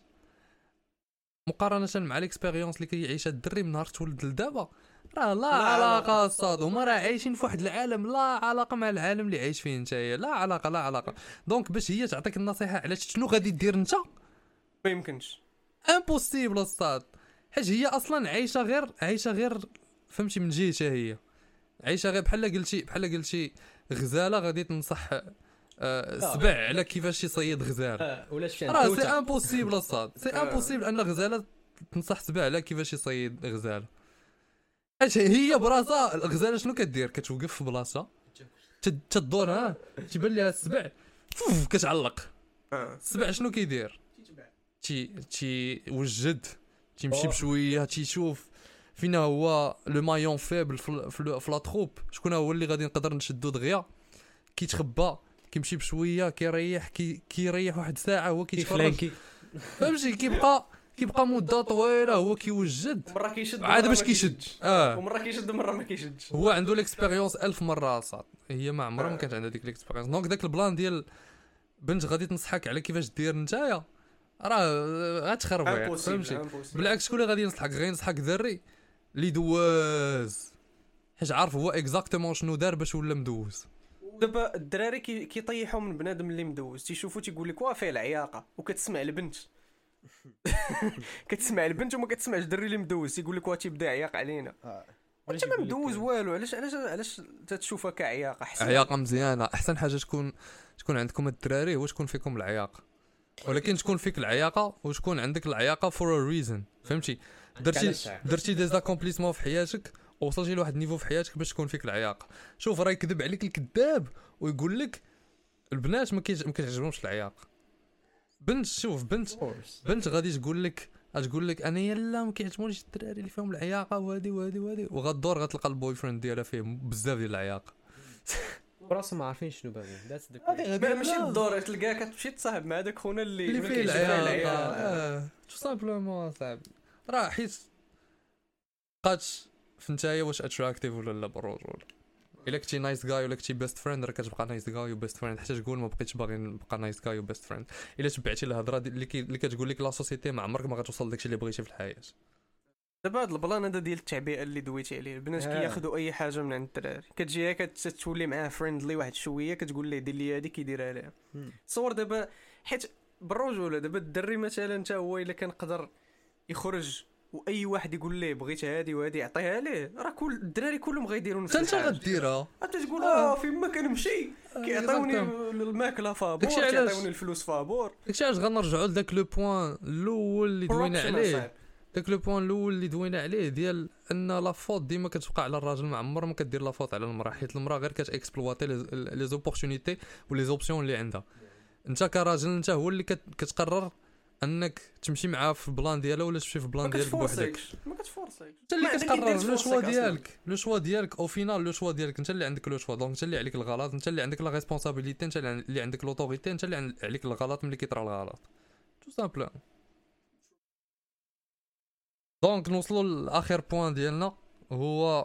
مقارنه مع الاكسبيريونس اللي كيعيشها الدري من نهار تولد لدابا، راه لا علاقه الصاد. هما راه عايشين في واحد العالم لا علاقه مع العالم اللي عايش فيه نتايا، لا علاقه لا علاقه. دونك باش هي تعطيك النصيحه على شنو غادي دير انت، ما يمكنش، امبوسيبل الصاد، حيت هي اصلا عايشه غير عايشه غير فهمتي من جهتها، هي عايشه غير بحال قلتي بحال قلتي غزاله غادي تنصح آه سبع على كيفاش يصيد غزال، ولا شي راه سي امبوسيبل الصاد، سي امبوسيبل ان غزاله تنصح سبع على كيفاش يصيد غزال. اش هي براسها الغزاله شنو كدير؟ كتوقف في بلاصه تدور، ها تيبان ليها السبع كتعلق. السبع شنو كيدير؟ تي تي وجد تيمشي بشويه تيشوف فينا هو لو مايون فيبل في لا تروب، شكون هو اللي غادي نقدر نشدو دغيا، كيتخبى كيمشي بشويه كيريح كي كيريح واحد ساعه هو كيتفرج، فهمتي؟ كيبقى كيبقى مده طويله هو كيوجد، مره كيشد عاد باش كيشد اه ومره كيشد ومره ما كيشدش، هو عنده الاكسبيريونس ألف مره صاد، هي ما عمرها ما كانت عندها ديك الاكسبيريونس. دونك داك البلان ديال بنت غادي تنصحك على كيفاش دير نتايا راه غتخرب، فهمتي؟ بالعكس شكون اللي غادي ينصحك؟ غير ينصحك ذري اللي دواز، حيت عارف هو اكزاكتومون شنو دار باش ولا مدوز. دابا الدراري كيطيحوا من بنادم اللي مدوز، تيشوفوا تيقول لك واه فيه العياقه، وكتسمع البنت كتسمع البنت وما كتسمعش الدري اللي مدوز، تيقول لك واه تيبدا عياق علينا، وانت ما مدوز والو، علاش علاش علاش تتشوفها كعياقه؟ حسن عياقه مزيانه، احسن حاجه تكون تكون عندكم الدراري هو تكون فيكم العياقه، ولكن تكون فيك العياقه وتكون عندك العياقه فور ا ريزون، فهمتي؟ درتي درتي دي زاكومبليسمون في حياتك ووصلتي لواحد النيفو في حياتك باش تكون فيك العياقه. شوف راه يكذب عليك الكذاب ويقول لك البنات ما كيعجبهمش العياقه. بنت شوف بنت بنت غادي تقول لك غتقول لك انا يلا ما كيعجبونيش الدراري اللي فيهم العياقه وهادي وهادي وهادي، وغدور غتلقى البوي فريند ديالها فيه بزاف ديال العياقه براسهم ما عارفين شنو باغيين. ذاتس ذا ماشي الدور، تلقاها كتمشي تصاحب مع داك خونا اللي اللي فيه العياقه اه تو سامبلومون صاحبي، راه حيت بقات فهمتايا واش اتراكتيف ولا لا بالرجوله. الا كنتي نايس جاي ولا كنتي بيست فريند راه كتبقى نايس جاي وبيست فريند حتى تقول ما بقيتش باغي نبقى نايس جاي وبيست فريند. الا تبعتي الهضره اللي كي اللي كتقول لك لا سوسيتي ما عمرك ما غتوصل داكشي اللي بغيتي في الحياه. دابا هاد البلان هذا ديال التعبئه اللي دويتي عليه، البنات كياخذوا اي حاجه من عند الدراري، كتجيها كتولي معاه فريندلي واحد شويه، كتقول ليه دير لي هذه كيديرها لها. تصور دابا حيت بالرجوله دابا الدري مثلا حتى هو الا كنقدر يخرج واي واحد يقول ليه بغيت هذه وهذه يعطيها ليه، راه كل الدراري كلهم غيديروا نفس الحاجه. انت غديرها انت تقول اه فين ما كنمشي كيعطيوني الماكله فابور، كيعطيوني الفلوس فابور. داكشي علاش غنرجعوا لذاك لو بوين الاول اللي دوينا عليه، داك لو بوين الاول اللي دوينا عليه ديال ان لا فوت ديما كتبقى على الراجل، ما عمر ما كدير لا فوت على المراه، حيت المراه غير كتاكسبلواتي لي زوبورتونيتي ولي زوبسيون اللي عندها. انت كراجل انت هو اللي كتقرر انك تمشي معاه في البلان ديالها ولا تمشي في البلان ديالك بوحدك، ما كتفورسيش انت اللي كتقرر لو شوا ديالك لو شوا ديالك او فينال لو شوا ديالك انت اللي عندك لو شوا. دونك انت اللي عليك الغلط، انت اللي عندك لا ريسبونسابيلتي، انت اللي عندك لوطوريتي، انت اللي عليك الغلط ملي كيطرا الغلط تو سامبل. دونك نوصلوا لاخر بوين ديالنا هو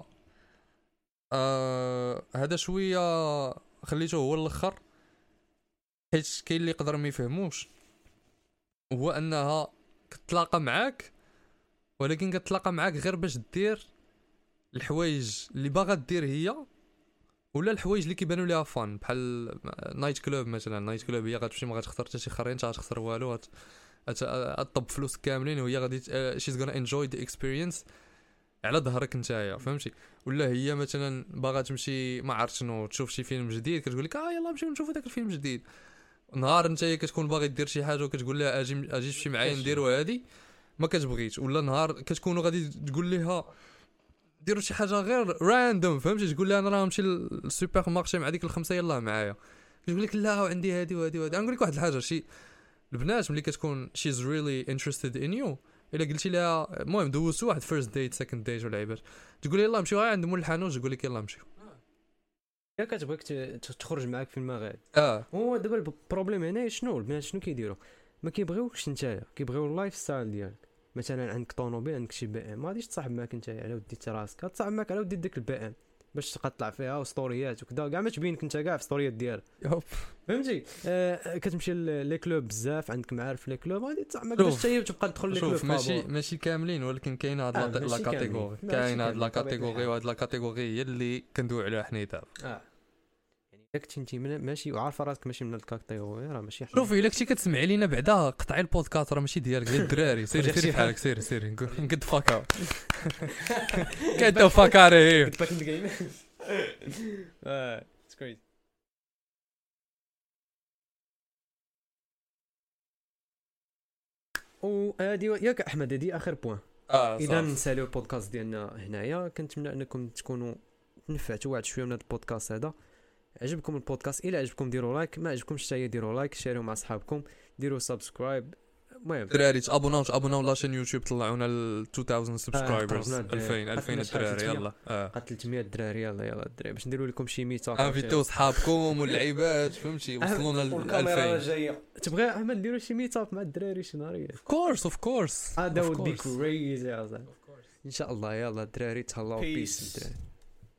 آه هذا شويه خليته هو الاخر حيت كاين اللي يقدر ما يفهموش، هو انها كتلاقى معاك ولكن كتلاقى معاك غير باش دير الحوايج اللي باغا دير هي ولا الحوايج اللي كيبانوا ليها فان، بحال نايت كلوب مثلا. نايت كلوب هي غتمشي ما غتختار حتى شي خرين، انت غتخسر والو، غتطب فلوس كاملين وهي غادي شيز غانا انجوي ذا اكسبيرينس على ظهرك نتايا فهمتي. ولا هي مثلا باغا تمشي ما عرفت شنو تشوف شي فيلم جديد كتقول لك اه يلا نمشيو نشوفوا داك الفيلم الجديد. نهار نتايا كتكون باغي دير شي حاجه وكتقول لها اجي اجي تمشي معايا نديروا هادي ما كتبغيش. ولا نهار كتكونوا غادي تقول لها ديروا شي حاجه غير راندوم فهمتي تقول لها انا راه نمشي للسوبر مارشي مع ديك الخمسه يلا معايا كتقول لك لا عندي هادي وهادي وهادي. نقول لك واحد الحاجه شي البنات ملي كتكون she's really interested in you الا قلتي لها المهم دوزتوا واحد فيرست ديت سكند ديت ولا عيبات تقول يلا نمشيو غير عند مول الحانوت تقول لك يلا نمشيو يا كتبغيك تخرج معاك في المغرب. اه هو دابا البروبليم هنا شنو البنات شنو كيديروا ما كيبغيوكش نتايا كيبغيو اللايف ستايل ديالك. مثلا عندك طونوبيل عندك شي بي ام ما غاديش تصاحب معاك نتايا على ودي راسك غتصاحب معاك على ودي ديك البي ام باش تبقى تطلع فيها وستوريات وكذا كاع ما تبينك انت كاع في ستوريات ديالك فهمتي. آه كتمشي لي كلوب بزاف عندك معارف لي كلوب غادي تصاحب معاك باش حتى تبقى تدخل لي كلوب. ماشي ماشي كاملين ولكن كاين هاد آه لا كاتيجوري كاين هاد لا كاتيجوري وهاد لا كاتيجوري هي اللي كندوي عليها حنا دابا. اه يعني كنتي انت ماشي وعارفه راسك ماشي من الكاتيجوري راه ماشي. شوفي الا كنتي كتسمعي لينا بعدا قطعي البودكاست راه ماشي ديالك ديال الدراري. سيري سيري بحالك سيري سيري نقد فاكا كدا فاكاري باكينج جيم اه اتس كريزي. وهادي ياك احمد هادي اخر بوين. اه اذا نساليو البودكاست ديالنا هنايا كنتمنى انكم تكونوا تنفعتوا واحد شويه من هذا البودكاست هذا. عجبكم البودكاست الا عجبكم ديروا لايك ما عجبكمش حتى هي ديروا لايك شيروا مع اصحابكم ديروا سبسكرايب. المهم دراري تابوناو تابوناو لاشين يوتيوب طلعونا ل ألفين سبسكرايبرز ألفين ألفين الدراري يلا اه ثلاثمية الدراري يلا يلا الدراري باش نديروا لكم شي ميتا انفيتو صحابكم واللعيبات فهمتي وصلونا ل ألفين. تبغي احمد نديروا شي ميتا مع الدراري شي نهار اوف كورس اوف كورس هذا ودي كريزي ان شاء الله. يلا الدراري تهلاو بيس الدراري.